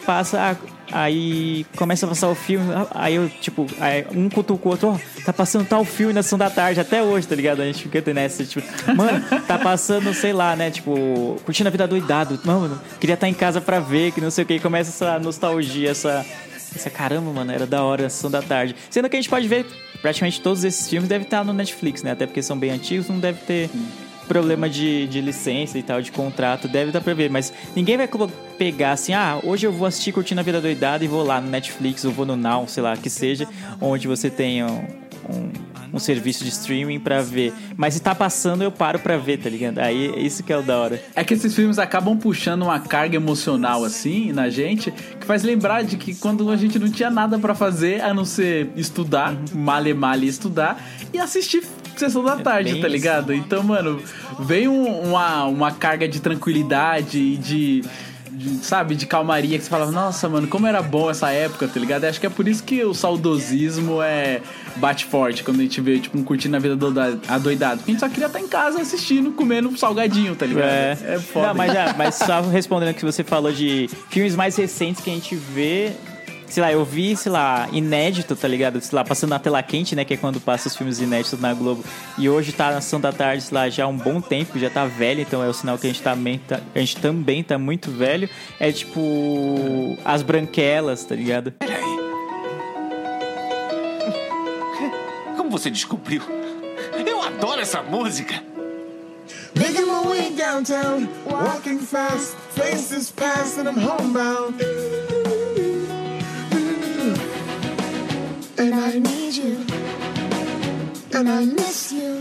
aí começa a passar o filme, aí eu, tipo, um cutuca o outro, tá passando tal filme na Sessão da Tarde, até hoje, tá ligado? A gente fica nessa, tipo, mano, tá passando, sei lá, né, tipo, Curtindo a Vida Doidado, mano, queria estar em casa pra ver, que não sei o que, e começa essa nostalgia, essa caramba, mano, era da hora a Sessão da Tarde. Sendo que a gente pode ver, praticamente todos esses filmes devem estar no Netflix, né, até porque são bem antigos, não deve ter... problema de licença e tal, de contrato, deve dar pra ver, mas ninguém vai pegar assim, hoje eu vou assistir Curtindo a Vida Doidada e vou lá no Netflix ou vou no Now, sei lá, que seja, onde você tenha um serviço de streaming pra ver. Mas se tá passando, eu paro pra ver, tá ligado? Aí, isso que é o da hora. É que esses filmes acabam puxando uma carga emocional, assim, na gente, que faz lembrar de que quando a gente não tinha nada pra fazer, a não ser estudar, male estudar, e assistir Sessão da Tarde, tá ligado? Então, mano, vem uma carga de tranquilidade e de sabe, de calmaria, que você falava, nossa, mano, como era bom essa época, tá ligado? Acho que é por isso que o saudosismo bate forte quando a gente vê, tipo, Curtindo a Vida Adoidado. Porque a gente só queria estar em casa assistindo, comendo um salgadinho, tá ligado? É foda. Não, mas só respondendo o que você falou de filmes mais recentes que a gente vê... Sei lá, eu vi, sei lá, inédito, tá ligado? Sei lá, passando na tela quente, né? Que é quando passa os filmes inéditos na Globo. E hoje tá na Sessão da Tarde, sei lá, já há um bom tempo, já tá velho, então é o sinal que a gente também tá muito velho. É tipo As Branquelas, tá ligado? Peraí. Como você descobriu? Eu adoro essa música! Making my way downtown, walking fast, faces past and I'm homebound. And I need you, and I miss you.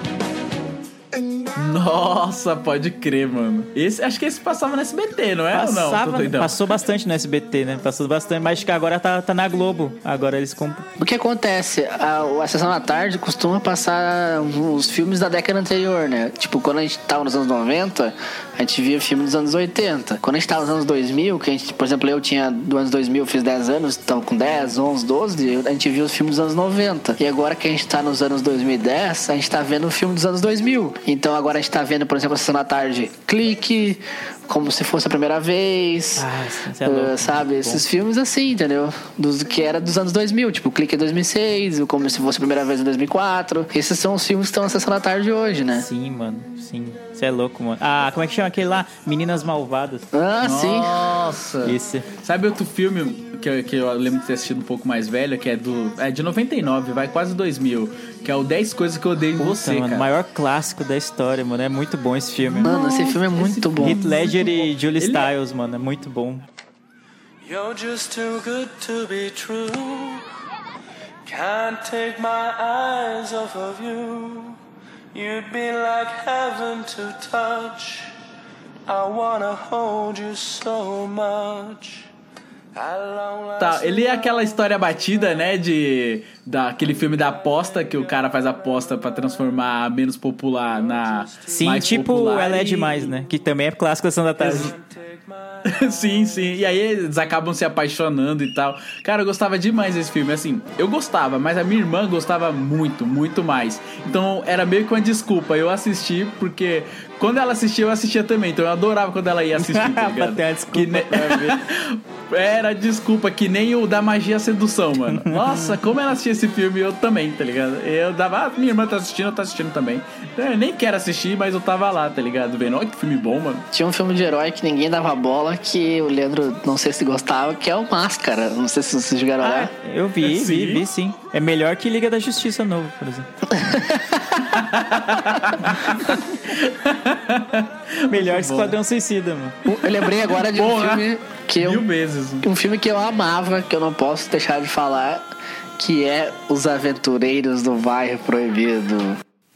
Nossa, pode crer, mano. Acho que esse passava no SBT, não é? Passou bastante no SBT, né? Passou bastante, mas acho que agora tá na Globo. Agora eles compram. O que acontece? A Sessão da Tarde costuma passar os filmes da década anterior, né? Tipo, quando a gente tava nos anos 90, a gente via filme dos anos 80. Quando a gente tava nos anos 2000, que a gente, por exemplo, eu tinha do anos 2000, fiz 10 anos, então com 10, 11, 12, a gente via os filmes dos anos 90. E agora que a gente tá nos anos 2010, a gente tá vendo o filme dos anos 2000. Então agora a gente tá vendo, por exemplo, a Sessão da Tarde, Clique, Como Se Fosse a Primeira Vez, sabe? Esses filmes assim, entendeu? Que era dos anos 2000, tipo, Clique em 2006, Como Se Fosse a Primeira Vez em 2004. Esses são os filmes que estão na Sessão da Tarde hoje, né? Sim, mano, sim. Você é louco, mano. Como é que chama aquele lá? Meninas Malvadas. Sim. Nossa. Esse. Sabe outro filme que eu lembro de ter assistido um pouco mais velho, que é de 99, vai quase 2000, que é o 10 Coisas que eu odeio em você, mano, cara. O maior clássico da história, mano. É muito bom esse filme. Mano, esse filme é muito bom. Heath Ledger e Julie Stiles, mano. É muito bom. You're just too good to be true. Can't take my eyes off of you. You'd be like heaven to touch. I wanna hold you so much. Tá, ele é aquela história batida, né, daquele filme da aposta, que o cara faz aposta pra transformar a menos popular na Sim, mais tipo popular. Ela é Demais, né, que também é clássico da Sessão da Tarde. Sim, sim. E aí eles acabam se apaixonando e tal. Cara, eu gostava demais desse filme. Assim, eu gostava, mas a minha irmã gostava muito, muito mais. Então era meio que uma desculpa eu assistir, porque quando ela assistia, eu assistia também. Então eu adorava quando ela ia assistir, tá ligado? Tem uma desculpa pra ver. Era desculpa, que nem o da Magia e Sedução, mano. Nossa, como ela assistia esse filme, eu também, tá ligado? Eu dava, minha irmã tá assistindo, eu tô assistindo também. Eu nem quero assistir, mas eu tava lá, tá ligado? Vendo, olha que filme bom, mano. Tinha um filme de herói que ninguém dava bola, que o Leandro, não sei se gostava, que é o Máscara. Não sei se vocês jogaram lá. Eu vi sim. É melhor que Liga da Justiça novo, por exemplo. Melhor que Esquadrão Suicida, mano. Eu lembrei agora de um filme que eu... 1000 vezes. Um filme que eu amava, que eu não posso deixar de falar, que é Os Aventureiros do Bairro Proibido.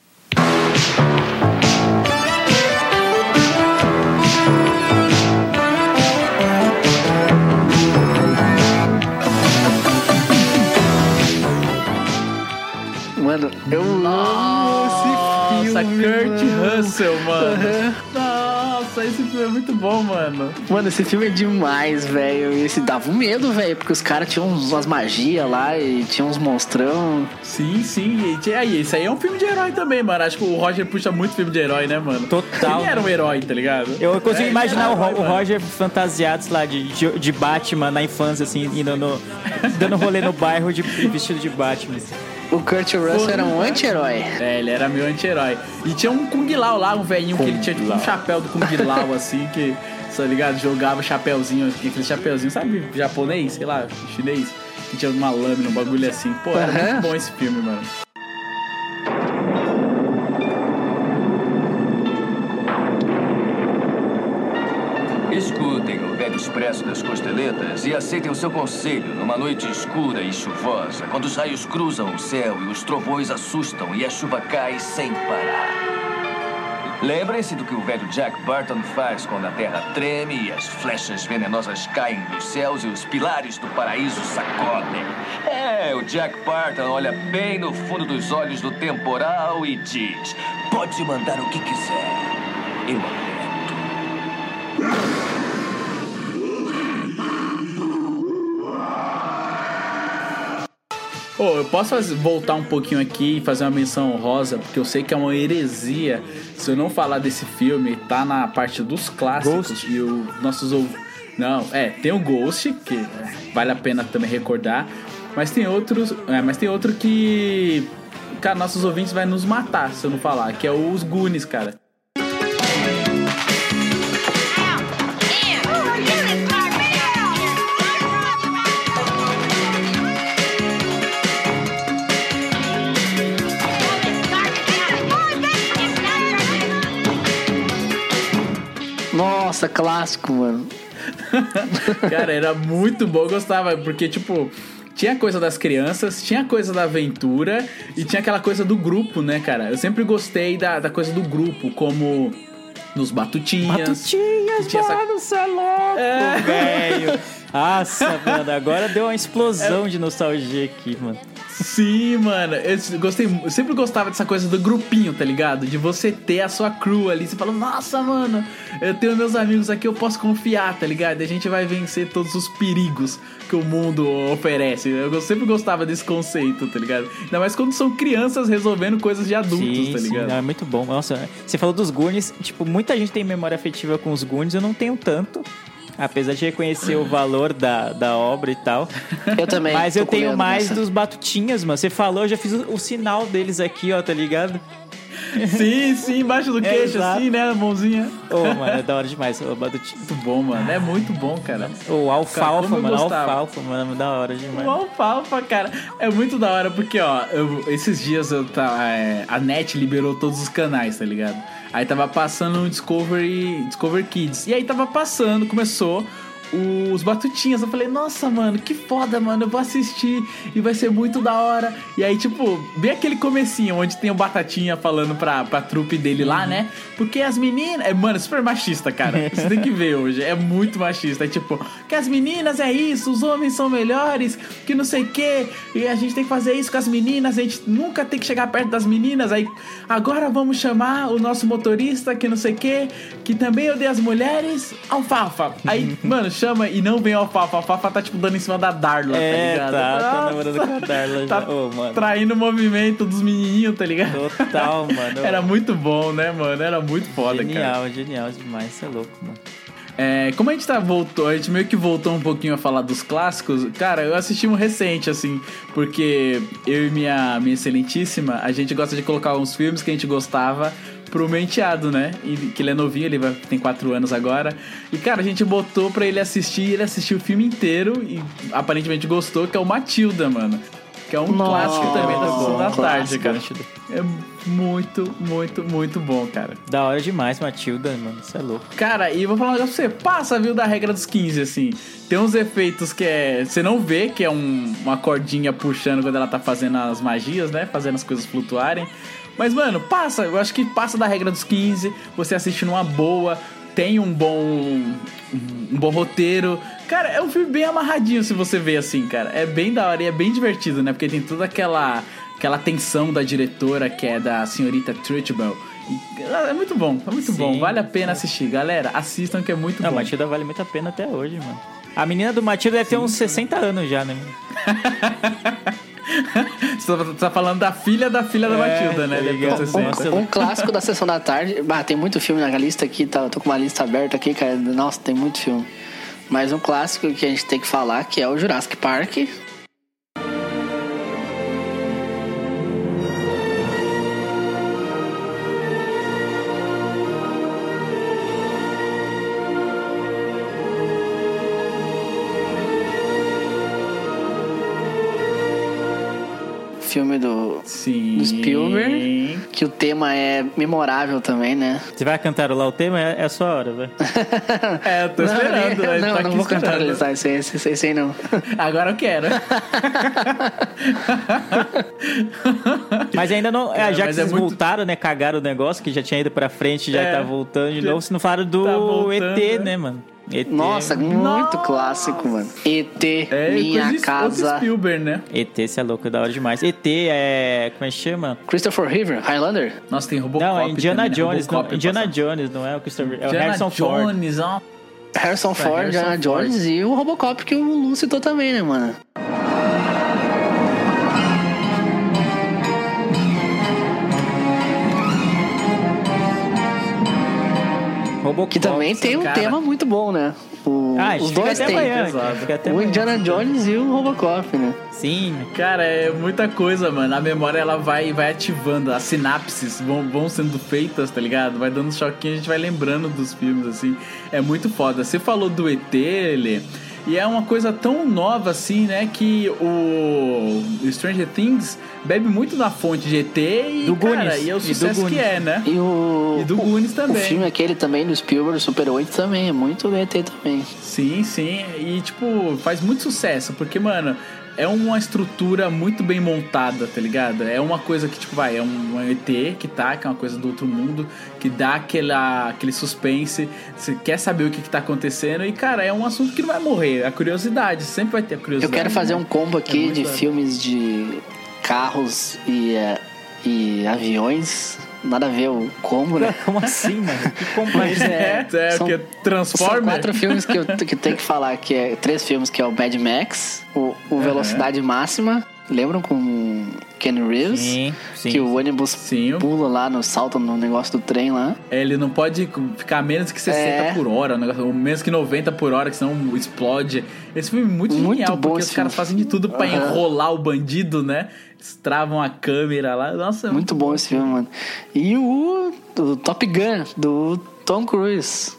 Mano, eu amo esse filme. Nossa, Kurt mano. Russell, mano. Nossa, esse filme é muito bom, mano. Mano, esse filme é demais, velho. E esse dava um medo, velho, porque os caras tinham umas magias lá e tinham uns monstrão. Sim, sim. E aí, isso aí é um filme de herói também, mano. Acho que o Roger puxa muito filme de herói, né, mano? Total. Ele era um herói, tá ligado? Eu consigo imaginar o herói, Roger fantasiado, sei lá, de Batman na infância, assim, indo dando rolê no bairro vestido de Batman. O Kurt Russell era um anti-herói. É, ele era meio anti-herói. E tinha um Kung Lao lá, um velhinho que ele tinha tipo um chapéu do Kung Lao, assim, que, tá ligado? Jogava chapéuzinho, aquele chapéuzinho, sabe? Japonês, sei lá, chinês, que tinha uma lâmina, um bagulho assim. Pô, era muito bom esse filme, mano. Escutem o velho expresso das costeletas e aceitem o seu conselho numa noite escura e chuvosa, quando os raios cruzam o céu e os trovões assustam e a chuva cai sem parar. Lembrem-se do que o velho Jack Burton faz quando a terra treme e as flechas venenosas caem dos céus e os pilares do paraíso sacodem. O Jack Burton olha bem no fundo dos olhos do temporal e diz: pode mandar o que quiser, eu aguento. Eu posso voltar um pouquinho aqui e fazer uma menção honrosa, porque eu sei que é uma heresia se eu não falar desse filme. Tá na parte dos clássicos. Ghost. E os nossos não, tem o Ghost, que vale a pena também recordar, mas tem outro que, cara, nossos ouvintes vai nos matar se eu não falar, que é os Goonies, cara. Nossa, clássico, mano. Cara, era muito bom, eu gostava, porque, tipo, tinha coisa das crianças, tinha coisa da aventura e tinha aquela coisa do grupo, né, cara? Eu sempre gostei da coisa do grupo, como nos Batutinhas. Batutinhas, mano, você é louco, velho. Nossa, mano, agora deu uma explosão de nostalgia aqui, mano. Sim, mano, eu sempre gostava dessa coisa do grupinho, tá ligado? De você ter a sua crew ali, você fala, nossa, mano, eu tenho meus amigos aqui, eu posso confiar, tá ligado? E a gente vai vencer todos os perigos que o mundo oferece. Eu sempre gostava desse conceito, tá ligado? Ainda mais quando são crianças resolvendo coisas de adultos, tá ligado? Sim, é muito bom. Nossa, você falou dos Goonies, tipo, muita gente tem memória afetiva com os Goonies, eu não tenho tanto. Apesar de reconhecer o valor da obra e tal. Eu também. Mas eu tenho mais dos Batutinhas, mano. Você falou, eu já fiz o sinal deles aqui, ó, tá ligado? Sim, embaixo do queixo, assim, né, a mãozinha. Mano, é da hora demais o Batutinha. Muito bom, mano. É muito bom, cara. O Alfalfa, mano. Alfalfa, mano, da hora demais. O Alfalfa, cara, é muito da hora, porque, ó, esses dias a NET liberou todos os canais, tá ligado? Aí tava passando o Discovery Kids. E aí tava passando, começou os Batutinhas. Eu falei, nossa, mano, que foda, mano, eu vou assistir e vai ser muito da hora. E aí, tipo, bem aquele comecinho onde tem o Batatinha falando pra trupe dele lá, né? Porque as meninas... mano, super machista, cara. Você tem que ver hoje. É muito machista. É tipo, que as meninas é isso, os homens são melhores, que não sei o quê. E a gente tem que fazer isso com as meninas, a gente nunca tem que chegar perto das meninas. Aí, agora vamos chamar o nosso motorista, que não sei o quê, que também odeia as mulheres, Alfafa. Aí, mano, chama e não vem o Alfafa. A Alfafa tá, tipo, dando em cima da Darla, tá ligado? Tá namorando com a Darla tá já. Mano. Traindo o movimento dos menininhos, tá ligado? Total, mano. Era muito bom, né, mano? Era muito foda, cara. Genial demais. Isso é louco, mano. Como a gente meio que voltou um pouquinho a falar dos clássicos, cara, eu assisti um recente, assim, porque eu e minha excelentíssima, a gente gosta de colocar uns filmes que a gente gostava pro meu enteado, né? E, que ele é novinho, tem 4 anos agora. E, cara, a gente botou pra ele assistir, ele assistiu o filme inteiro e aparentemente gostou, que é o Matilda, mano. Que é um clássico também da Sessão da Tarde, cara. É muito, muito, muito bom, cara. Da hora demais, Matilda, mano. Isso é louco. Cara, e eu vou falar um negócio pra você. Passa, viu, da regra dos 15, assim. Tem uns efeitos que você não vê, que é uma cordinha puxando quando ela tá fazendo as magias, né? Fazendo as coisas flutuarem. Mas, mano, passa. Eu acho que passa da regra dos 15. Você assiste numa boa. Tem um bom roteiro. Cara, é um filme bem amarradinho se você ver assim, cara. É bem da hora e é bem divertido, né? Porque tem toda aquela tensão da diretora, que é da senhorita Trunchbull. É muito bom, bom. Vale a pena assistir. Galera, assistam que é muito bom. A Matilda vale muito a pena até hoje, mano. A menina do Matilda deve ter uns 60 anos já, né, mano? Você tá falando da filha da Matilda, né? Um clássico da Sessão da Tarde. Tem muito filme na lista aqui, tô com uma lista aberta aqui, cara. Nossa, tem muito filme. Mas um clássico que a gente tem que falar, que é o Jurassic Park. Filme do Spielberg, que o tema é memorável também, né? Você vai cantarolar o tema? É a sua hora, velho. Eu tô esperando. Não vou cantarolar esse aí não. Agora eu quero. Mas ainda não... já que vocês voltaram, né? Cagaram o negócio, que já tinha ido pra frente, já tá voltando de novo. Vocês não falaram do ET, né, mano? ET. Nossa, muito clássico, mano. ET, Minha Casa. Spielberg, né? ET, você é louco, é da hora demais. ET é... Como é que chama? Christopher Reeve, Highlander. Nossa, tem Robocop. Não, é Indiana também, Jones. Né? Indiana Jones, não é o Christopher... É o Harrison Ford. Harrison Ford, Indiana Jones e o Robocop que o Lu citou também, né, mano? Robocop, que também tem um tema muito bom, né? Os dois tem. O Indiana Jones e o Robocop, né? Sim. Cara, é muita coisa, mano. A memória, ela vai ativando. As sinapses vão sendo feitas, tá ligado? Vai dando choquinho, a gente vai lembrando dos filmes, assim. É muito foda. Você falou do ET, Lê. E é uma coisa tão nova assim, né? Que o Stranger Things bebe muito da fonte de ET e, do cara, Goonies. E é o sucesso que é, né? E do Goonies também. O filme aquele também do Spielberg, Super 8 também, é muito do ET também. Sim. E, tipo, faz muito sucesso, porque, mano... É uma estrutura muito bem montada, tá ligado? É uma coisa que, tipo, é um ET que é uma coisa do outro mundo, que dá aquele suspense, você quer saber o que tá acontecendo, e, cara, é um assunto que não vai morrer, a curiosidade, sempre vai ter a curiosidade. Eu quero fazer um combo aqui de legal. Filmes de carros e aviões. Nada a ver o combo, né? Como assim, mano? Que combo Mas que Transformer? São 4 filmes que eu tenho que falar, que é 3 filmes, que é o Mad Max, o Velocidade Máxima, lembram com Ken Reeves? Sim. Que o ônibus pula lá, salta no negócio do trem lá. Ele não pode ficar menos que 60 por hora, ou menos que 90 por hora, que senão explode. Esse filme é muito genial, porque os caras fazem de tudo pra enrolar o bandido, né? Eles travam a câmera lá. Nossa, muito bom esse filme, mano. E o Top Gun, do Tom Cruise.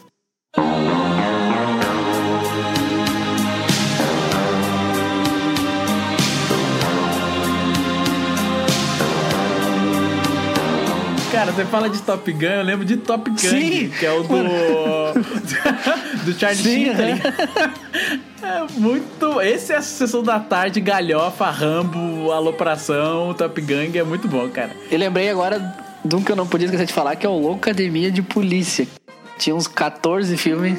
Cara, você fala de Top Gun, eu lembro de Top Gun, que é o do Charlie Sheen, tá ligado? É muito... Esse é a Sessão da Tarde, galhofa, Rambo, Alopração, Top Gang, é muito bom, cara. Eu lembrei agora de um que eu não podia esquecer de falar, que é o Loucademia de Polícia. Tinha uns 14 filmes.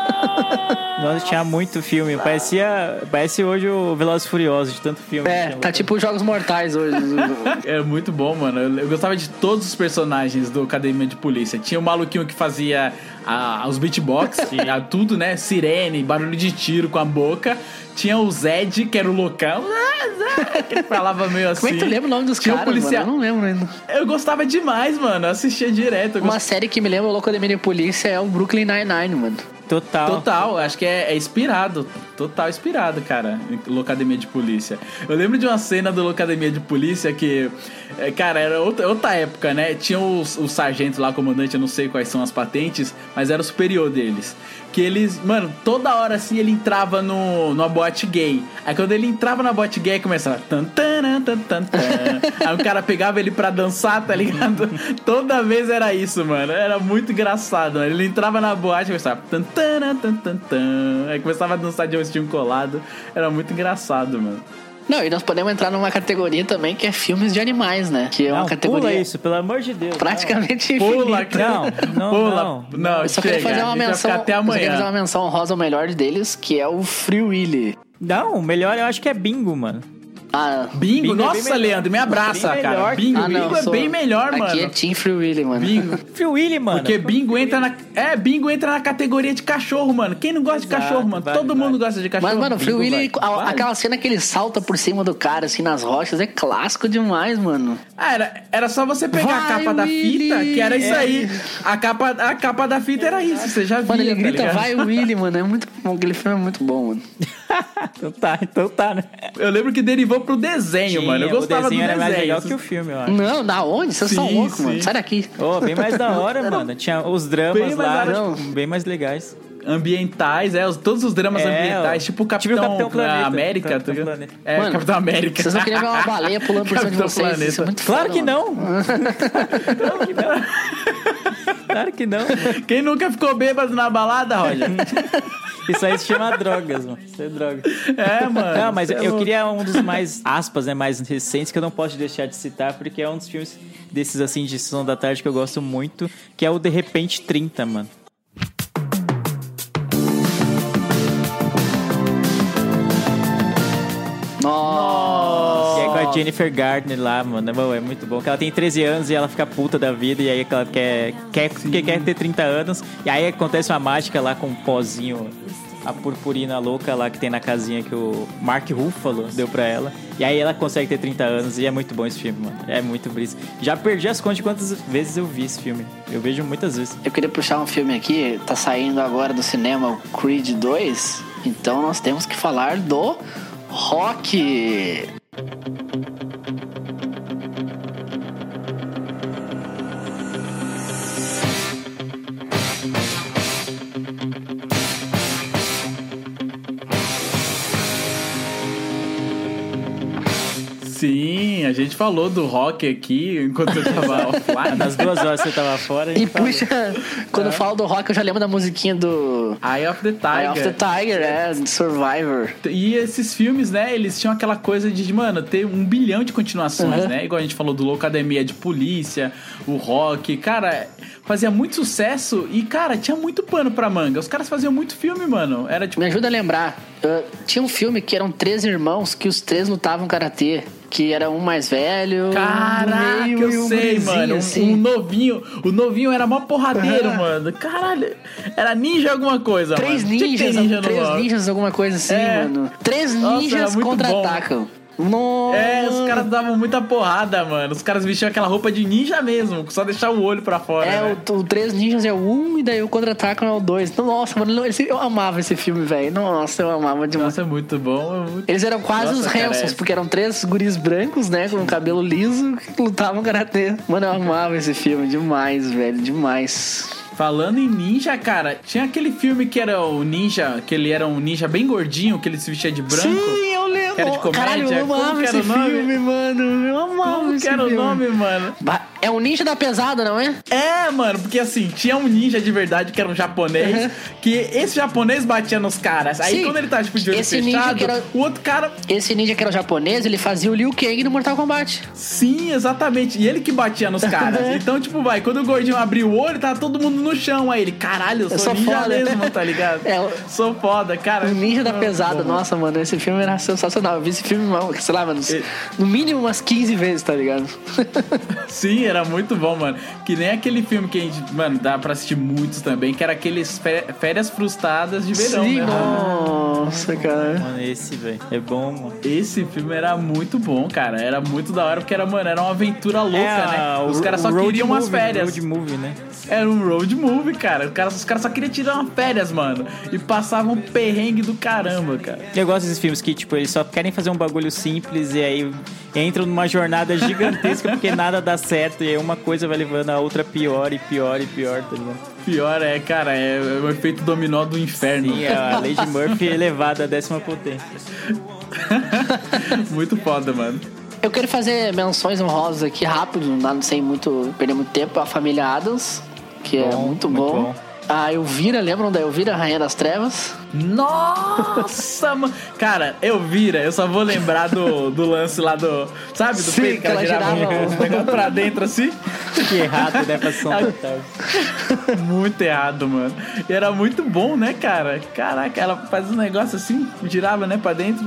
Nossa, tinha muito filme. Parece hoje o Velozes e Furiosos, de tanto filme. Tá tipo os Jogos Mortais hoje. É muito bom, mano. Eu gostava de todos os personagens do Academia de Polícia. Tinha o maluquinho que fazia os beatbox, tudo, né? Sirene, barulho de tiro com a boca. Tinha o Zed, que era o local. Que ele falava meio assim. Como é que tu lembra o nome dos caras, mano? Eu não lembro ainda. Eu gostava demais, mano. Eu assistia direto. Uma série que me lembra o Loucademia de Polícia é o Brooklyn Nine-Nine, mano. Total, acho que é inspirado. Total inspirado, cara, em Loucademia de Polícia. Eu lembro de uma cena do Loucademia de Polícia que, cara, era outra época, né? Tinha os sargentos lá, comandante, eu não sei quais são as patentes, mas era o superior deles. Que eles, mano, toda hora assim ele entrava numa boate gay. Aí quando ele entrava na boate gay, começava tan, tan, tan, tan, tan. Aí o cara pegava ele pra dançar, tá ligado? Toda vez era isso, mano. Era muito engraçado, mano. Ele entrava na boate e começava tan, tan, tan, tan, tan. Aí começava a dançar de rostinho colado. Era muito engraçado, mano. Não, e nós podemos entrar numa categoria também que é filmes de animais, né? Que é uma categoria... Pula isso, pelo amor de Deus. Praticamente infinita. Não. Eu só queria fazer uma menção... Eu queria fazer uma menção honrosa ao melhor deles, que é o Free Willy. Não, o melhor eu acho que é Bingo, mano. Bingo? Nossa, Leandro, me abraça, cara. Bingo é bem melhor, mano. Aqui é Team Free Willy, mano. Free Willy, mano. Porque Bingo entra na categoria de cachorro, mano. Quem não gosta de cachorro, mano? Todo mundo gosta de cachorro. Mas, mano, Free Willy, aquela cena que ele salta por cima do cara, assim, nas rochas, é clássico demais, mano. Era só você pegar a capa da fita, que era isso aí. A capa da fita era isso, você já viu. Mano, ele grita, vai Willy, mano. É muito bom, aquele filme é muito bom, mano. Então tá, né? Eu lembro que derivou pro desenho, mano. Eu gostava do desenho. Era mais legal que o filme, eu acho. Não, da onde? Vocês são loucos, mano. Sai daqui. Bem mais da hora, mano. Tinha os dramas lá, bem mais legais. Ambientais, todos os dramas ambientais, tipo o Capitão Planeta, América. Mano, Capitão América. Vocês não queriam ver uma baleia pulando por cima de vocês? Planeta. Isso é muito Claro foda, que mano. Claro que não. Quem nunca ficou bêbado na balada, Roger? Isso aí se chama drogas, mano. Isso é droga. Mano. Não, mas eu queria um dos mais, aspas, né, mais recentes, que eu não posso deixar de citar, porque é um dos filmes desses, assim, de Sessão da Tarde que eu gosto muito, que é o De Repente 30, mano. Nossa! Que é com a Jennifer Garner lá, mano. É muito bom. Que ela tem 13 anos e ela fica puta da vida. E aí ela quer ter 30 anos. E aí acontece uma mágica lá com um pozinho, a purpurina louca lá que tem na casinha que o Mark Ruffalo deu pra ela. E aí ela consegue ter 30 anos. E é muito bom esse filme, mano. É muito brisa. Já perdi as contas de quantas vezes eu vi esse filme. Eu vejo muitas vezes. Eu queria puxar um filme aqui. Tá saindo agora do cinema, o Creed 2. Então nós temos que falar do Rock. Sim, a gente falou do Rock aqui enquanto eu tava offline. Nas 2 horas você tava fora. E puxa, quando eu falo do Rock, eu já lembro da musiquinha do Eye of the Tiger. Eye of the Tiger, Survivor. E esses filmes, né, eles tinham aquela coisa de, mano, ter 1 bilhão de continuações, né? Igual a gente falou do Loucademia de Polícia, o Rock. Cara, fazia muito sucesso e, cara, tinha muito pano pra manga. Os caras faziam muito filme, mano. Era tipo... Me ajuda a lembrar. Tinha um filme que eram 3 irmãos que os 3 lutavam karatê. Que era um mais velho. Caraca, meio, eu sei, mano. Assim. Um novinho. O novinho era mó porradeiro, mano. Caralho. Era ninja alguma coisa, 3 mano. Ninjas, 3 ninjas, alguma coisa assim, mano. 3 ninjas contra-atacam. Nossa. Os caras davam muita porrada, mano. Os caras vestiam aquela roupa de ninja mesmo, só deixar o olho pra fora. Né? O 3 Ninjas é o 1 e daí o Contra-Ataque é o 2. Nossa, mano, eu amava esse filme, velho. Nossa, eu amava demais. Nossa, é muito bom. Eles eram quase os Hansons, porque eram 3 guris brancos, né, com cabelo liso, que lutavam karatê. Mano, eu amava esse filme demais, velho, demais. Falando em ninja, cara, tinha aquele filme que era o ninja, que ele era um ninja bem gordinho, que ele se vestia de branco. Sim, eu lembro. Que era de comédia. Caralho, eu amava esse filme, mano. Eu amava esse filme. Como que era o nome, mano? É um ninja da pesada, não é? É, mano, porque assim, tinha um ninja de verdade que era um japonês, que esse japonês batia nos caras. Aí quando ele tá tipo de olho fechado, o outro cara... Esse ninja que era o japonês, ele fazia o Liu Kang no Mortal Kombat. Sim, exatamente. E ele que batia nos caras. Então, tipo, quando o gordinho abriu o olho, tava todo mundo no chão. Aí ele, caralho, eu sou ninja foda mesmo, tá ligado? Sou foda, cara. O ninja da pesada. Nossa, mano, esse filme era sensacional. Eu vi esse filme, sei lá, mano, no mínimo umas 15 vezes, tá ligado? Sim, era muito bom, mano. Que nem aquele filme que a gente, mano, dá pra assistir muitos também, que era aqueles Férias Frustradas de Verão, sim, né? Nossa, cara. Mano, esse, velho, é bom, mano. Esse filme era muito bom, cara. Era muito da hora, porque era, mano, era uma aventura louca, né? Os caras só queriam umas férias. Road movie, né? Era um road movie, cara. Os caras só queriam tirar umas férias, mano. E passavam um perrengue do caramba, cara. Eu gosto desses filmes que, tipo, eles só querem fazer um bagulho simples e aí entram numa jornada gigantesca porque nada dá certo e aí uma coisa vai levando a outra pior e pior e pior, tá ligado? Pior cara, é o efeito dominó do inferno. Sim, a lei de Murphy elevada à 10ª potência. Muito foda, mano. Eu quero fazer menções honrosas aqui rápido, não sem perder muito tempo. A Família Addams, que é muito bom. A Elvira, lembram da Elvira, Rainha das Trevas? Nossa, mano. Cara, Elvira, eu só vou lembrar do lance lá do... Sabe? Do Sim, peito que ela girava os negócios pra dentro assim. Que errado, né? Pra São Muito errado, mano. E era muito bom, né, cara? Caraca, ela faz um negócio assim, girava, né, pra dentro.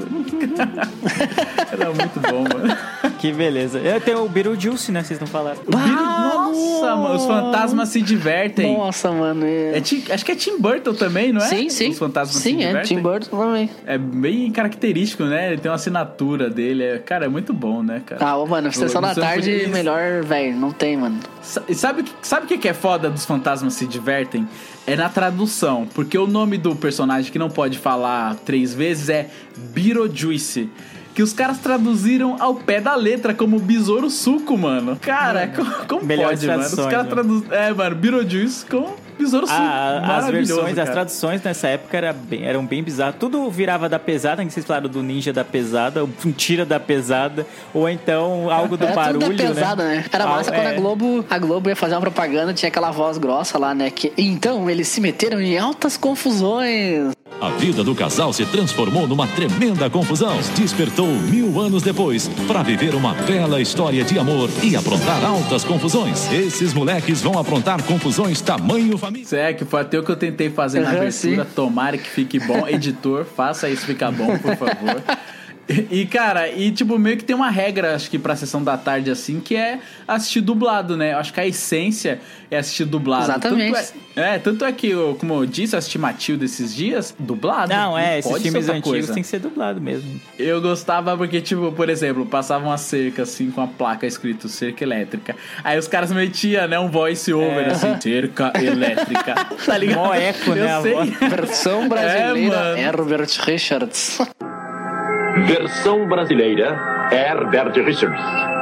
Era muito bom, mano. Que beleza. Tem o Beetlejuice, né? Vocês não falaram. Nossa, mano. Os fantasmas se divertem. Nossa, mano. Acho que é Tim Burton também, não é? Sim. Os fantasmas se Sim, divertem. Tim Burton também. É bem característico, né? Ele tem uma assinatura dele. Cara, é muito bom, né, cara? Mano, Sessão da Tarde, melhor, velho. Não tem, mano. Sabe o que é foda dos fantasmas se divertem? É na tradução. Porque o nome do personagem que não pode falar 3 vezes é Beetlejuice. Que os caras traduziram ao pé da letra como Besouro Suco, mano. Cara, como pode, mano? Os caras traduzem... mano, Beetlejuice com Besouro Suco. As traduções nessa época eram bem bizarras. Tudo virava da pesada, que vocês falaram do ninja da pesada, um tira da pesada, ou então algo do barulho, tudo da pesada, né? Era massa quando a Globo ia fazer uma propaganda, tinha aquela voz grossa lá, né? Então, eles se meteram em altas confusões. A vida do casal se transformou numa tremenda confusão. Despertou 1000 anos depois para viver uma bela história de amor e aprontar altas confusões. Esses moleques vão aprontar confusões tamanho família. Que foi até o que eu tentei fazer na abertura. Tomara que fique bom. Editor, faça isso ficar bom, por favor. E, cara, tipo, meio que tem uma regra, acho que pra Sessão da Tarde, assim, que é assistir dublado, né? Acho que a essência é assistir dublado. Exatamente. Tanto é que, como eu disse, eu assisti Matilda esses dias, dublado. Não, esses filmes antigos tem que ser dublado mesmo. Eu gostava porque, tipo, por exemplo, passava uma cerca, assim, com a placa escrito cerca elétrica. Aí os caras metiam, né, um voice over, assim, cerca elétrica. Tá ligado? Mó eco, né? Eu sei. Versão brasileira, Herbert Richards. Versão brasileira, Herbert Richards.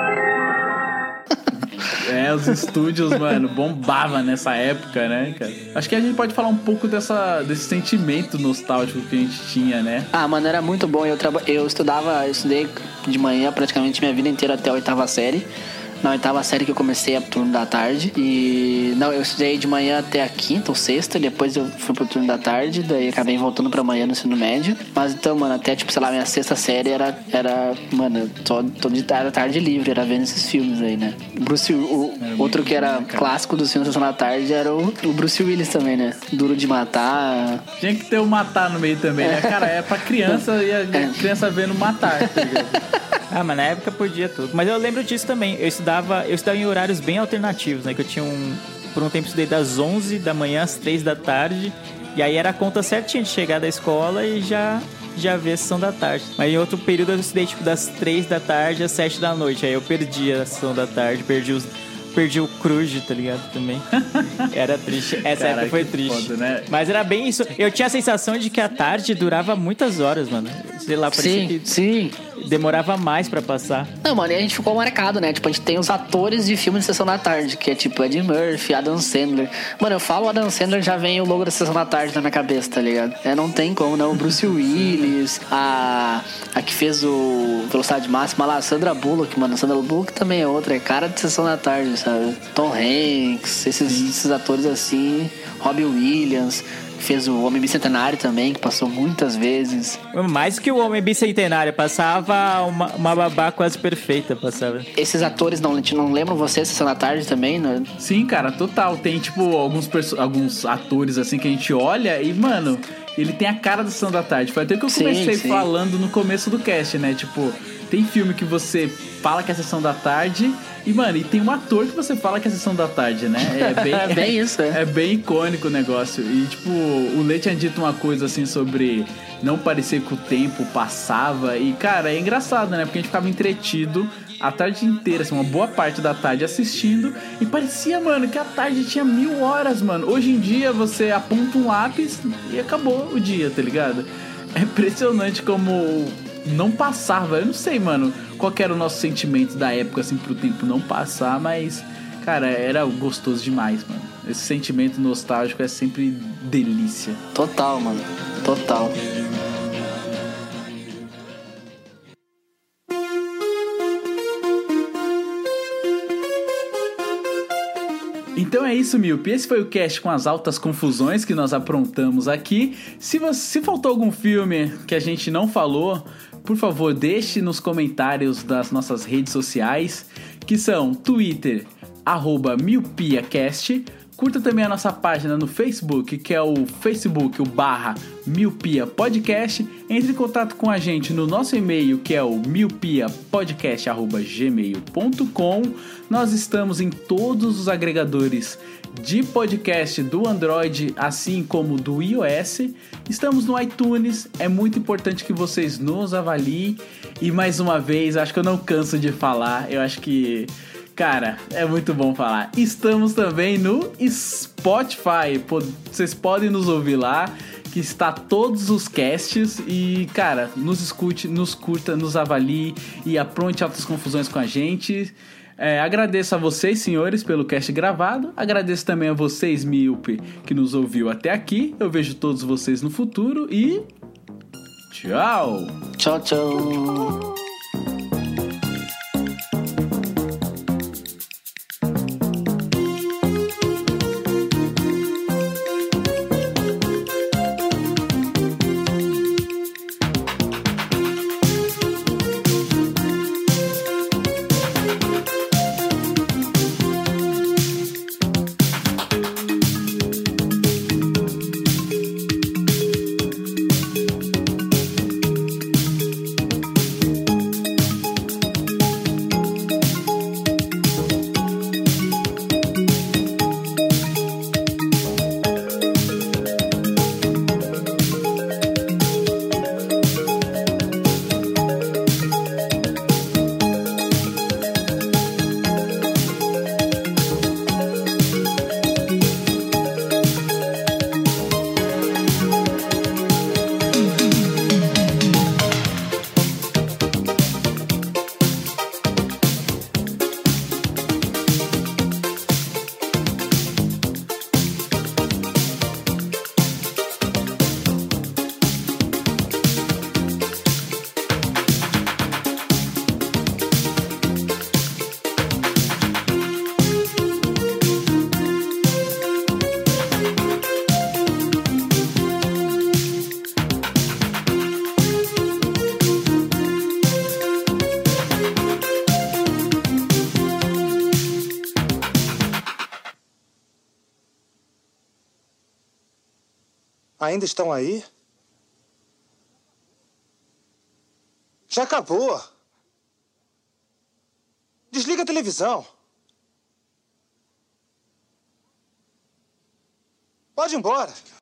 Os estúdios, mano, bombava nessa época, né, cara? Acho que a gente pode falar um pouco desse sentimento nostálgico que a gente tinha, né? Mano, era muito bom. Eu estudei de manhã praticamente minha vida inteira até a 8ª série. Na 8ª série que eu comecei a turno da tarde. E eu estudei de manhã até a 5ª ou 6ª. Depois eu fui pro turno da tarde. Daí acabei voltando pra manhã no ensino médio. Mas então, mano, até tipo, sei lá, minha 6ª série era mano, era tarde livre. Era vendo esses filmes aí, né? Outro que era clássico do filme Sessão da Tarde era o Bruce Willis também, né? Duro de Matar. Tinha que ter o Matar no meio também, né? Cara, é pra criança e a criança vendo Matar, tá ligado? Mas na época podia tudo. Mas eu lembro disso também. Eu estudava em horários bem alternativos, né? Que eu tinha por um tempo estudei das 11 da manhã às 3 da tarde. E aí era a conta certinha de chegar da escola e já ver a Sessão da Tarde. Mas em outro período eu estudei tipo das 3 da tarde às 7 da noite. Aí eu perdi a Sessão da Tarde, perdi o Cruz, tá ligado? Também. Era triste. Essa época foi triste. Foda, né? Mas era bem isso. Eu tinha a sensação de que a tarde durava muitas horas, mano. sei lá, parecia que sim. demorava mais pra passar. Não, mano, e a gente ficou marcado, né? Tipo, a gente tem os atores de filme de Sessão da Tarde, que é tipo Ed Murphy, Adam Sandler. Mano, eu falo Adam Sandler, já vem o logo da Sessão da Tarde na minha cabeça, tá ligado? Não tem como, não. O Bruce Willis, a que fez o Velocidade Máxima lá, a Sandra Bullock, mano. A Sandra Bullock também é outra, é cara de Sessão da Tarde, sabe? Tom Hanks, esses atores assim, Robin Williams, fez o Homem Bicentenário também, que passou muitas vezes. Mais que o Homem Bicentenário, passava uma babá quase perfeita, passava. Esses atores, não lembram você, Sessão da Tarde também, né? Sim, cara, total. Tem, tipo, alguns atores, assim, que a gente olha e, mano, ele tem a cara da Sessão da Tarde. Foi até que eu comecei falando no começo do cast, né? Tipo, tem filme que você fala que é Sessão da Tarde e, mano, e tem um ator que você fala que é Sessão da Tarde, né? É bem isso, É bem icônico o negócio. E, tipo, o Lê tinha dito uma coisa, assim, sobre não parecer que o tempo passava. E, cara, é engraçado, né? Porque a gente ficava entretido a tarde inteira, assim, uma boa parte da tarde assistindo. E parecia, mano, que a tarde tinha 1000 horas, mano. Hoje em dia, você aponta um lápis e acabou o dia, tá ligado? É impressionante como não passava. Eu não sei, mano, qual que era o nosso sentimento da época, assim, pro tempo não passar, mas, cara, era gostoso demais, mano. Esse sentimento nostálgico é sempre delícia. Total, mano. Total. Então é isso, Milpe. Esse foi o cast com as altas confusões que nós aprontamos aqui. Se faltou algum filme que a gente não falou, por favor, deixe nos comentários das nossas redes sociais, que são Twitter, @MiopiaCast. Curta também a nossa página no Facebook, que é o Facebook, /Miopia Podcast. Entre em contato com a gente no nosso e-mail, que é o miopiapodcast@gmail.com. Nós estamos em todos os agregadores de podcast do Android, assim como do iOS. Estamos no iTunes. É muito importante que vocês nos avaliem. E mais uma vez, acho que eu não canso de falar. Eu acho que, cara, é muito bom falar. Estamos também no Spotify. Vocês podem nos ouvir lá, que está todos os casts. E, cara, nos escute, nos curta, nos avalie e apronte altas confusões com a gente. Agradeço a vocês, senhores, pelo cast gravado. Agradeço também a vocês, Míope, que nos ouviu até aqui. Eu vejo todos vocês no futuro e... tchau! Tchau, tchau! Ainda estão aí? Já acabou. Desliga a televisão. Pode ir embora.